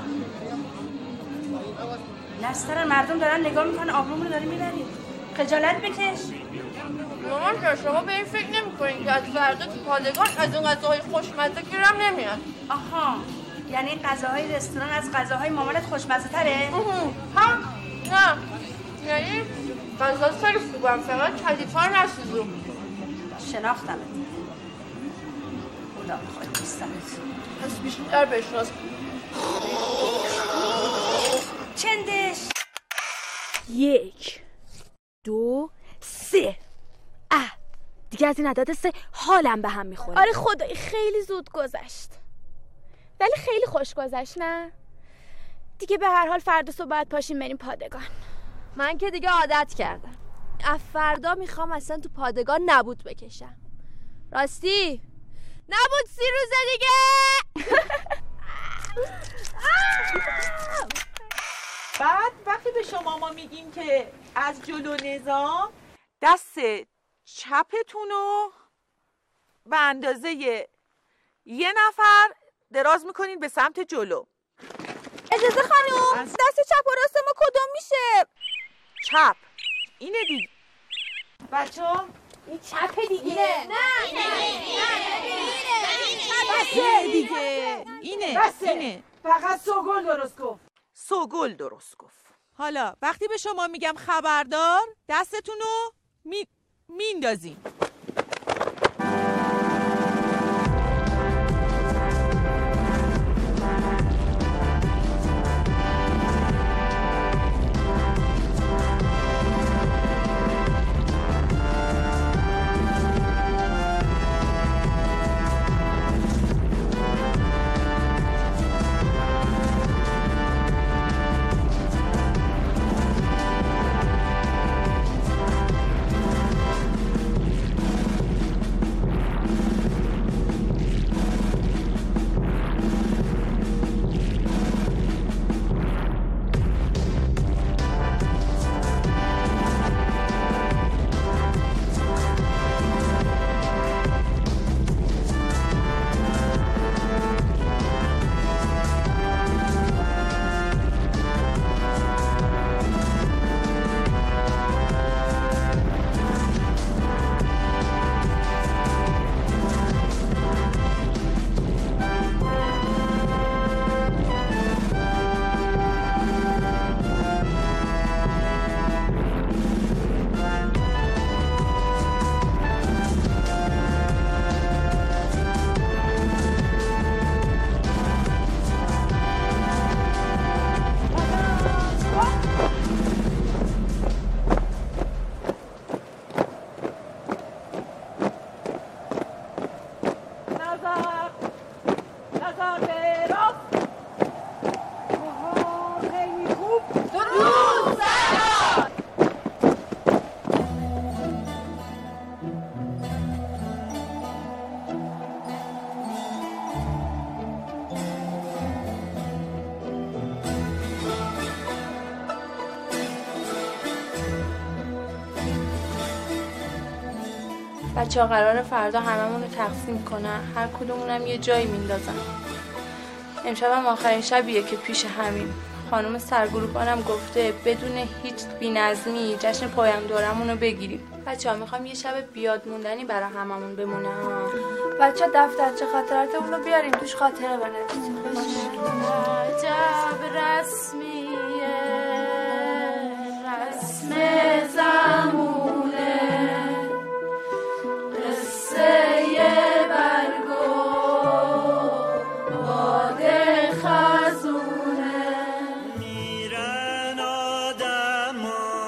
نسترن مردم دارن نگاه میکنن، آبرومون رو داری میبری. خجالت بکش. مامان که شما به این فکر نمی‌کنین که از فردا تو پادگان از اون غذاهای خوشمزه گیرم نمیاد. آها، یعنی غذاهای رستوران از غذاهای مامانت خوشمزه تره؟ ها؟ نه. یعنی غذا خیلی خوبم، فقط کدیفا نسیزم. شناختمت. خدا بخواد دوستمت. پس بیشتر بشناس. چندش؟ یک دو سه. اه دیگه از این عدد سه حالم به هم میخوره. آره خدایی خیلی زود گذشت، ولی خیلی خوش گذشت. نه دیگه به هر حال فردا صبح باید پاشیم بریم پادگان. من که دیگه عادت کردم، از فردا میخوام اصلا تو پادگان نبود بکشم. راستی نبود سی روزه دیگه. بعد وقتی به شما ما میگیم که از جلو نظام دست چپتون رو به اندازه یه نفر دراز میکنین به سمت جلو. اجازه خانم از... دست چپ و راست ما کدوم میشه؟ چپ اینه دیگه بچه ها. این چپ دیگه. اینه. نه اینه دیگه. اینه اینه فقط سوگل درست گفت. سوگل درست گفت. حالا وقتی به شما میگم خبردار دستتون رو می... میندازین. بچه ها قراره فردا هممون رو تقسیم کنن، هر کدومونم یه جایی میندازن. امشب هم آخرین شبیه که پیش همین. خانم سرگروهبانم گفته بدون هیچ بی‌نظمی جشن پایان دورمون رو بگیریم. بچه ها میخوام یه شب بیاد موندنی برای هممون بمونه ها. بچه ها دفترچه خاطراتمون رو بیاریم توش خاطره بنویسیم. عجب رسمیه، رسم زمونه، قصه برگو باد خزونه. میرن آدم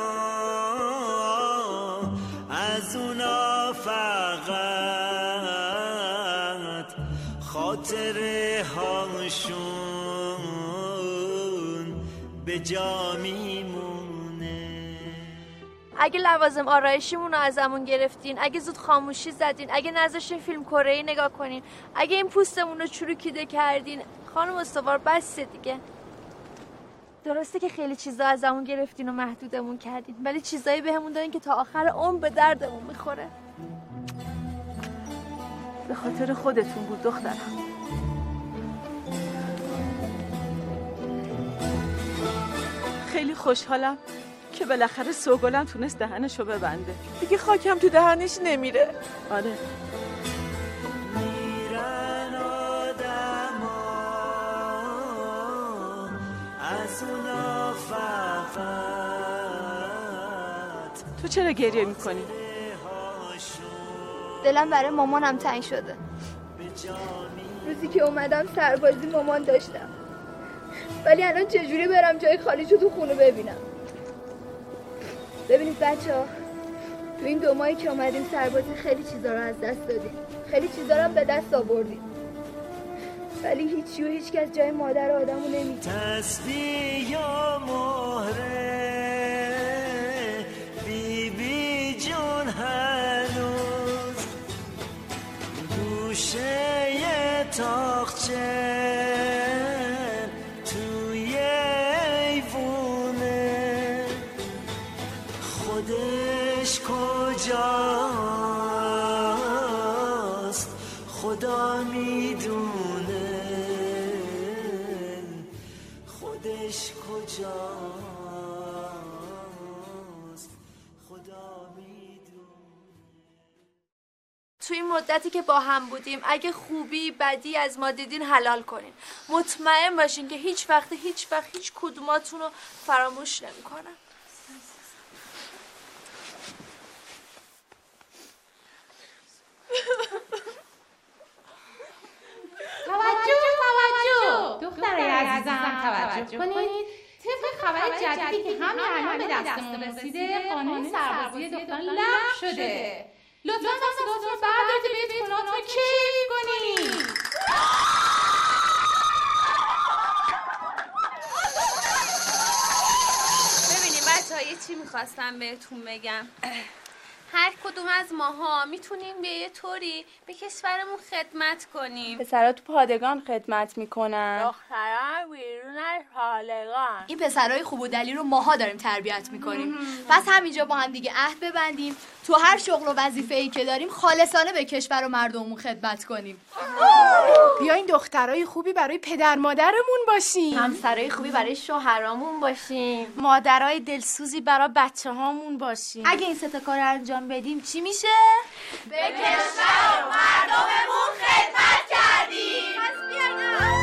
از اونا فقط خاطره هاشون به جا میمونه. اگه لوازم آرایشیمون رو ازمون گرفتین، اگه زود خاموشی زدین، اگه نذاشتین فیلم کره‌ای نگاه کنین، اگه این پوستمون رو چروکیده کردین، خانم استوار بسه دیگه. درسته که خیلی چیزا ازمون گرفتین و محدودمون کردین، ولی چیزایی بهمون دادین که تا آخر عمر به دردمون میخوره. به خاطر خودتون بود دخترم. خیلی خوشحالم که بالاخره سوگلم تونست دهنشو ببنده. دیگه خاکم تو دهنش نمیره. آره. میرن آدما از اونا فقط تو چرا گریه میکنی؟ دلم برای مامانم تنگ شده. روزی که اومدم سربازی مامان داشتم، ولی الان چجوری برم جای خالیشو تو خونه ببینم؟ ببینید بچه ها، تو این دو ماهی که اومدیم سربازی خیلی چیزا رو از دست دادیم، خیلی چیزا رو هم به دست آوردیم، ولی هیچی و هیچ کس جای مادر آدمو نمیده. تسبیح یا مهره بی بی جون هنوز گوشه تاقچه توی ایوونه خودش کجاست خدا میدونه خودش کجاست خدا میدونه. تو این مدتی که با هم بودیم اگه خوبی بدی از ما دیدین حلال کنین. مطمئن باشین که هیچ وقت هیچ وقت هیچ کدوماتون رو فراموش نمی‌کنم. توجه توجه دخترای عزیزم توجه کنید. طبق خبر جدیدی که هم الان به دستمون رسیده قانون سربازی دختران لغو شده. لطفاً واسه رو بردارید برید خونه‌تون کیف کنید. ببینیم بچه‌ها یه چی می‌خواستم بهتون بگم. هر کدوم از ماها میتونیم به یه طوری به کشورمون خدمت کنیم. پسرها تو پادگان خدمت میکنن، دخترها بیرون از پادگان. این پسرای خوب و دلی رو ماها داریم تربیت میکنیم. پس همینجا با هم دیگه عهد ببندیم تو هر شغل و وظیفه‌ای که داریم خالصانه به کشور و مردممون خدمت کنیم. بیاین دخترای خوبی برای پدر مادرمون باشیم، همسرای خوبی برای شوهرامون باشیم، مادرای دلسوزی برای بچه‌هامون باشیم. اگه این سه تا کار انجام بدیم چی میشه؟ به کشور و مردممون خدمت کردیم. پس بیاین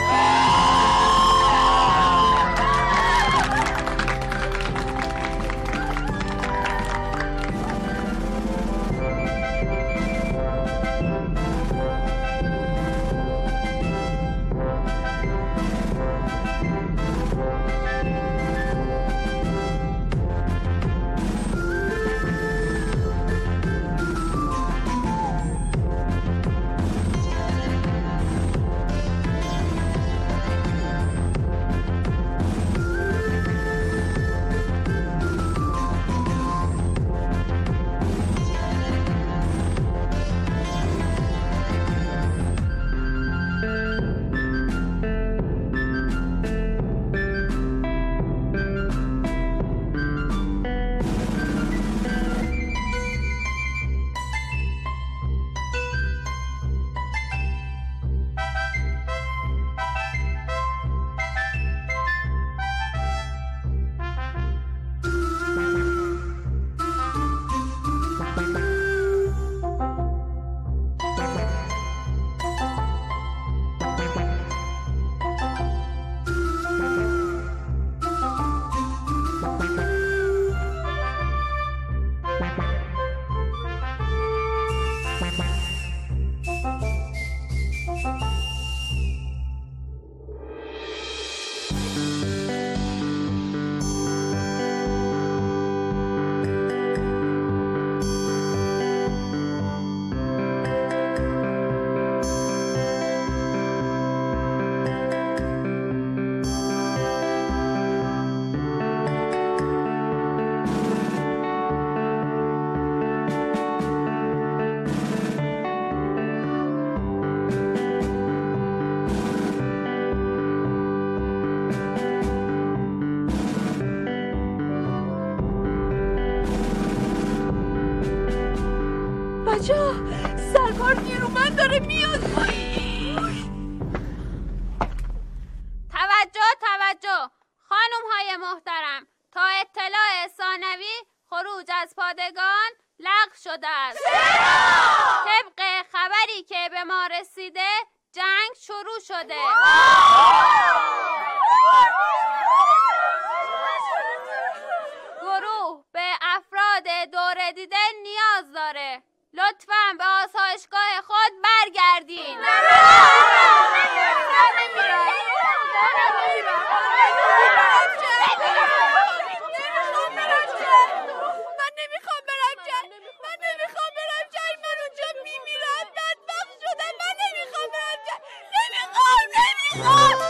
بچه‌ها سرکار نیرومند داره میاد. توجه توجه خانم های محترم، تا اطلاع ثانوی خروج از پادگان لغو شده است. طبق خبری که به ما رسیده جنگ شروع شده. گروه به افراد دو لطفاً به آسایشگاه خود برگردین. من نمیخوام برم جای من نمیخوام برم جای من اونجا میمیرم بدبخت شدم. من نمیخوام برم جای نمیخوام نمیخوام